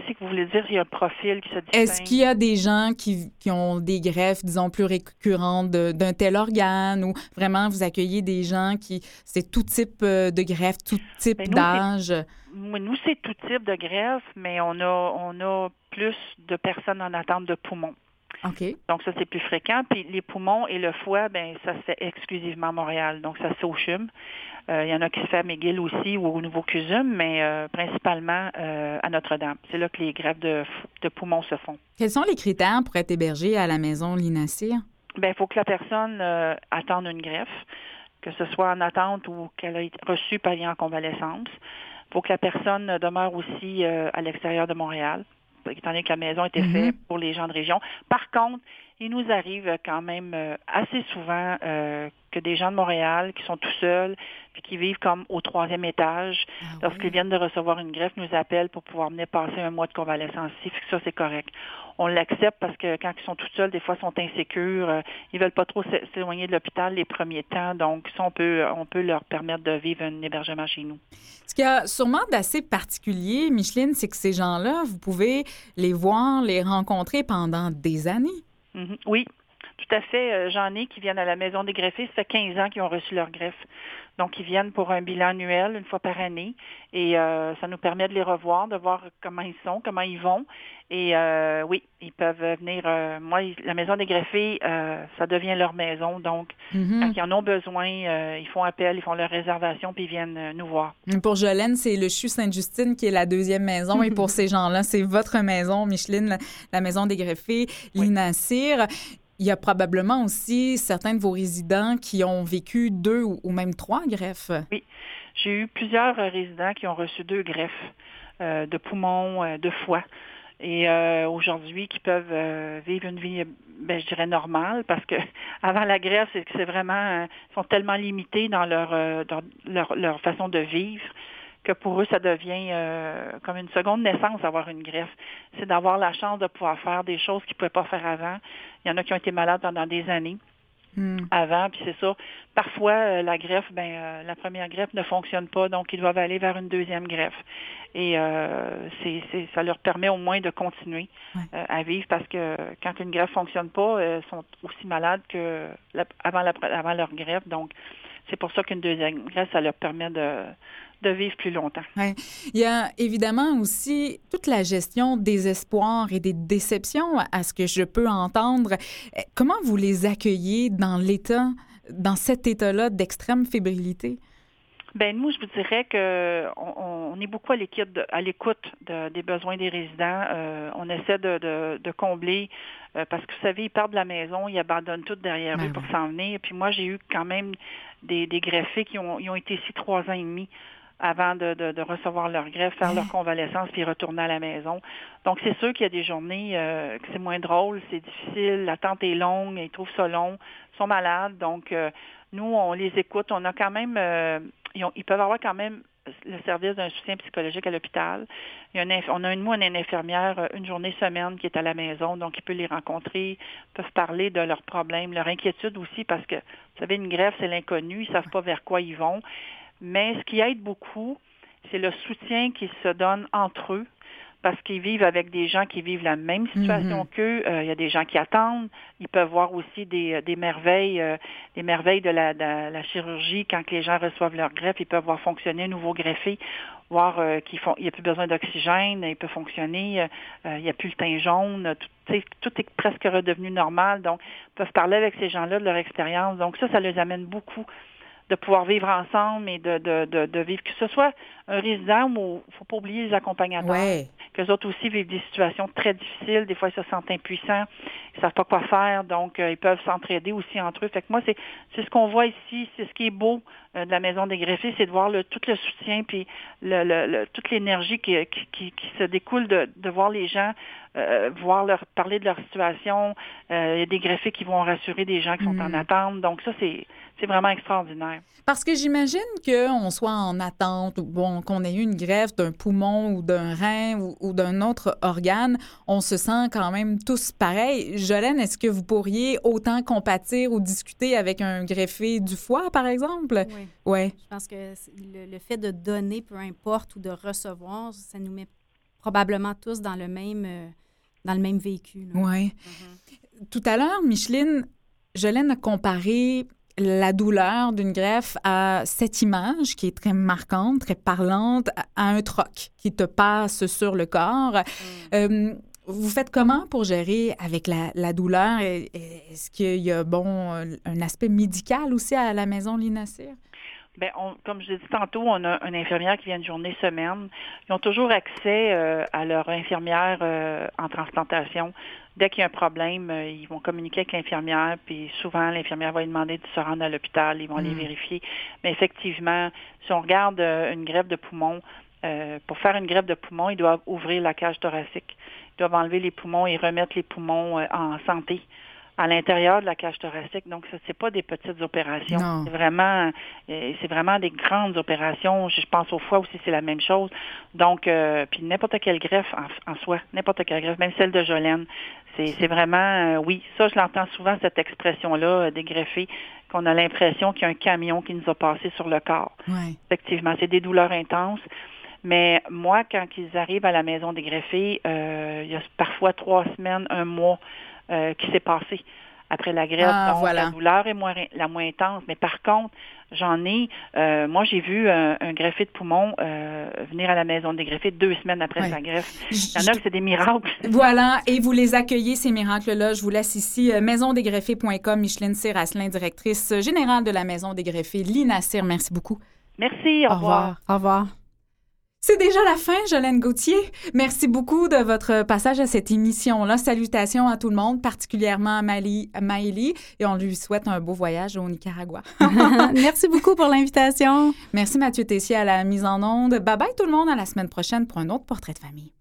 précis que vous voulez dire? Il y a un profil qui se distingue. Est-ce qu'il y a des gens qui, qui ont des greffes, disons, plus récurrentes de- d'un tel organe ou vraiment vous accueillez des gens qui, c'est tout type euh, de greffe, tout type Ben, nous, d'âge? Oui, nous, c'est tout type de greffe, mais on a, on a plus de personnes en attente de poumons. OK. Donc, ça, c'est plus fréquent. Puis les poumons et le foie, ben ça se fait exclusivement à Montréal. Donc, ça se fait au C H U M. Euh, il y en a qui se fait à McGill aussi ou au Nouveau-Cusum, mais euh, principalement euh, à Notre-Dame. C'est là que les greffes de, de poumons se font. Quels sont les critères pour être hébergé à la maison Linacir? Bien, il faut que la personne euh, attende une greffe, que ce soit en attente ou qu'elle ait reçu palier en convalescence. Il faut que la personne demeure aussi euh, à l'extérieur de Montréal, étant donné que la maison était Mhm. faite pour les gens de région. Par contre, il nous arrive quand même euh, assez souvent euh, que des gens de Montréal qui sont tout seuls puis qui vivent comme au troisième étage, Ah lorsqu'ils oui. viennent de recevoir une greffe, nous appellent pour pouvoir venir passer un mois de convalescence ici. Fait que ça, c'est correct. On l'accepte parce que quand ils sont tout seuls, des fois, ils sont insécures. Euh, ils veulent pas trop s'é- s'éloigner de l'hôpital les premiers temps. Donc, ça, on peut, on peut leur permettre de vivre un hébergement chez nous. Ce qu'il y a sûrement d'assez particulier, Micheline, c'est que ces gens-là, vous pouvez les voir, les rencontrer pendant des années. Mhm. Oui, tout à fait. Euh, J'en ai qui viennent à la maison des greffés. Ça fait quinze ans qu'ils ont reçu leur greffe. Donc, ils viennent pour un bilan annuel une fois par année. Et euh, ça nous permet de les revoir, de voir comment ils sont, comment ils vont. Et euh, oui, ils peuvent venir. Euh, moi, ils- la maison des greffés, euh, ça devient leur maison. Donc, Mhm. quand ils en ont besoin, euh, ils font appel, ils font leur réservation, puis ils viennent euh, nous voir. Pour Jolène, c'est le C H U Sainte-Justine qui est la deuxième maison. Et pour ces gens-là, c'est votre maison, Micheline, la, la maison des greffés, Oui. Linacir. Il y a probablement aussi certains de vos résidents qui ont vécu deux ou, ou même trois greffes. J'ai eu plusieurs euh, résidents qui ont reçu deux greffes euh, de poumons, euh, de foie. Et euh, aujourd'hui, qui peuvent euh, vivre une vie, ben, je dirais, normale, parce que avant la greffe, c'est que c'est vraiment, euh, ils sont tellement limités dans leur, euh, dans leur, leur façon de vivre que pour eux, ça devient euh, comme une seconde naissance d'avoir une greffe. C'est d'avoir la chance de pouvoir faire des choses qu'ils ne pouvaient pas faire avant. Il y en a qui ont été malades pendant des années Hmm. avant, puis c'est ça. Parfois, euh, la greffe, ben euh, la première greffe ne fonctionne pas, donc ils doivent aller vers une deuxième greffe. Et euh, c'est, c'est, ça leur permet au moins de continuer Ouais. euh, à vivre parce que quand une greffe fonctionne pas, euh, ils sont aussi malades que la, avant, la, avant leur greffe. Donc, c'est pour ça qu'une deuxième greffe, ça leur permet de, de vivre plus longtemps. Ouais. Il y a évidemment aussi toute la gestion des espoirs et des déceptions, à ce que je peux entendre. Euh, Comment vous les accueillez dans l'état, dans cet état-là d'extrême fébrilité? Ben nous, je vous dirais que on, on est beaucoup à l'écoute, de, à l'écoute de, des besoins des résidents. Euh, on essaie de, de, de combler euh, parce que vous savez, ils partent de la maison, ils abandonnent tout derrière Ben eux pour oui. s'en venir. Puis moi, j'ai eu quand même des, des greffés qui ont, ils ont été ici trois ans et demi avant de, de, de recevoir leur greffe, faire leur convalescence puis retourner à la maison. Donc c'est sûr qu'il y a des journées euh, que c'est moins drôle, c'est difficile, l'attente est longue, ils trouvent ça long, ils sont malades. Donc euh, nous, on les écoute. On a quand même euh, Ils, ont, ils peuvent avoir quand même le service d'un soutien psychologique à l'hôpital. Il y a une, on a une, nous, on a une infirmière une journée semaine qui est à la maison, donc ils peuvent les rencontrer, peuvent parler de leurs problèmes, leurs inquiétudes aussi, parce que, vous savez, une greffe, c'est l'inconnu, ils ne savent pas vers quoi ils vont. Mais ce qui aide beaucoup, c'est le soutien qu'ils se donnent entre eux, parce qu'ils vivent avec des gens qui vivent la même situation Mm-hmm. qu'eux. Euh, il y a des gens qui attendent. Ils peuvent voir aussi des, des merveilles, euh, des merveilles de la, de la chirurgie quand les gens reçoivent leur greffe. Ils peuvent voir fonctionner un nouveau greffé, voir euh, qu'il font, il n'y a plus besoin d'oxygène, il peut fonctionner, euh, il n'y a plus le teint jaune. Tout, tout est presque redevenu normal. Donc, ils peuvent parler avec ces gens-là de leur expérience. Donc, ça, ça les amène beaucoup de pouvoir vivre ensemble et de, de, de, de vivre, que ce soit un résident ou, il ne faut pas oublier les accompagnateurs, Ouais. qu'eux autres aussi vivent des situations très difficiles. Des fois, ils se sentent impuissants, ils ne savent pas quoi faire, donc euh, ils peuvent s'entraider aussi entre eux. Fait que moi, c'est, c'est ce qu'on voit ici, c'est ce qui est beau euh, de la Maison des greffés, c'est de voir le, tout le soutien puis le, le, le, toute l'énergie qui, qui, qui, qui se découle de, de voir les gens euh, voir leur parler de leur situation. Euh, il y a des greffés qui vont rassurer des gens qui sont Mm. en attente. Donc ça, c'est, c'est vraiment extraordinaire. Parce que j'imagine qu'on soit en attente, ou bon, qu'on ait eu une greffe d'un poumon ou d'un rein ou, ou d'un autre organe, on se sent quand même tous pareils. Jolène, est-ce que vous pourriez autant compatir ou discuter avec un greffé du foie, par exemple? Oui. Ouais. Je pense que le, le fait de donner, peu importe, ou de recevoir, ça nous met probablement tous dans le même, euh, dans le même vécu. Oui. Mm-hmm. Tout à l'heure, Micheline, Jolène a comparé la douleur d'une greffe à cette image qui est très marquante, très parlante, à un troc qui te passe sur le corps. Mm. Euh, vous faites comment pour gérer avec la, la douleur? Est-ce qu'il y a, bon, un aspect médical aussi à la maison Linacyr? Bien, on, comme je l'ai dit tantôt, on a une infirmière qui vient de journée semaine. Ils ont toujours accès euh, à leur infirmière euh, en transplantation. Dès qu'il y a un problème, euh, ils vont communiquer avec l'infirmière, puis souvent, l'infirmière va lui demander de se rendre à l'hôpital, ils vont aller mmh. vérifier. Mais effectivement, si on regarde euh, une greffe de poumon, euh, pour faire une greffe de poumon, ils doivent ouvrir la cage thoracique. Ils doivent enlever les poumons et remettre les poumons euh, en santé à l'intérieur de la cage thoracique. Donc, ce n'est pas des petites opérations. Non. C'est vraiment, euh, c'est vraiment des grandes opérations. Je pense au foie aussi, c'est la même chose. Donc, euh, puis n'importe quelle greffe en, en soi, n'importe quelle greffe, même celle de Jolène, c'est, c'est vraiment, euh, oui, ça, je l'entends souvent, cette expression-là, euh, des greffés, qu'on a l'impression qu'il y a un camion qui nous a passé sur le corps. Ouais. Effectivement, c'est des douleurs intenses. Mais moi, quand ils arrivent à la maison des greffés, euh, il y a parfois trois semaines, un mois euh, qui s'est passé après la greffe. Ah, donc, voilà. la douleur est moins, la moins intense. Mais par contre, j'en ai, euh, moi, j'ai vu un, un greffé de poumon euh, venir à la maison des greffés deux semaines après ouais. sa greffe. Il y en a que c'est des miracles. Voilà, et vous les accueillez, ces miracles-là. Je vous laisse ici, euh, maison des greffés point com, Micheline Cyr-Asselin, directrice générale de la Maison des greffés Linacyr. Merci beaucoup. Merci, au, au revoir. revoir. Au revoir. C'est déjà la fin, Jolène Gauthier. Merci beaucoup de votre passage à cette émission-là. Salutations à tout le monde, particulièrement à Maëlie, et on lui souhaite un beau voyage au Nicaragua. Merci beaucoup pour l'invitation. Merci Mathieu Tessier à la mise en onde. Bye bye tout le monde, à la semaine prochaine pour un autre portrait de famille.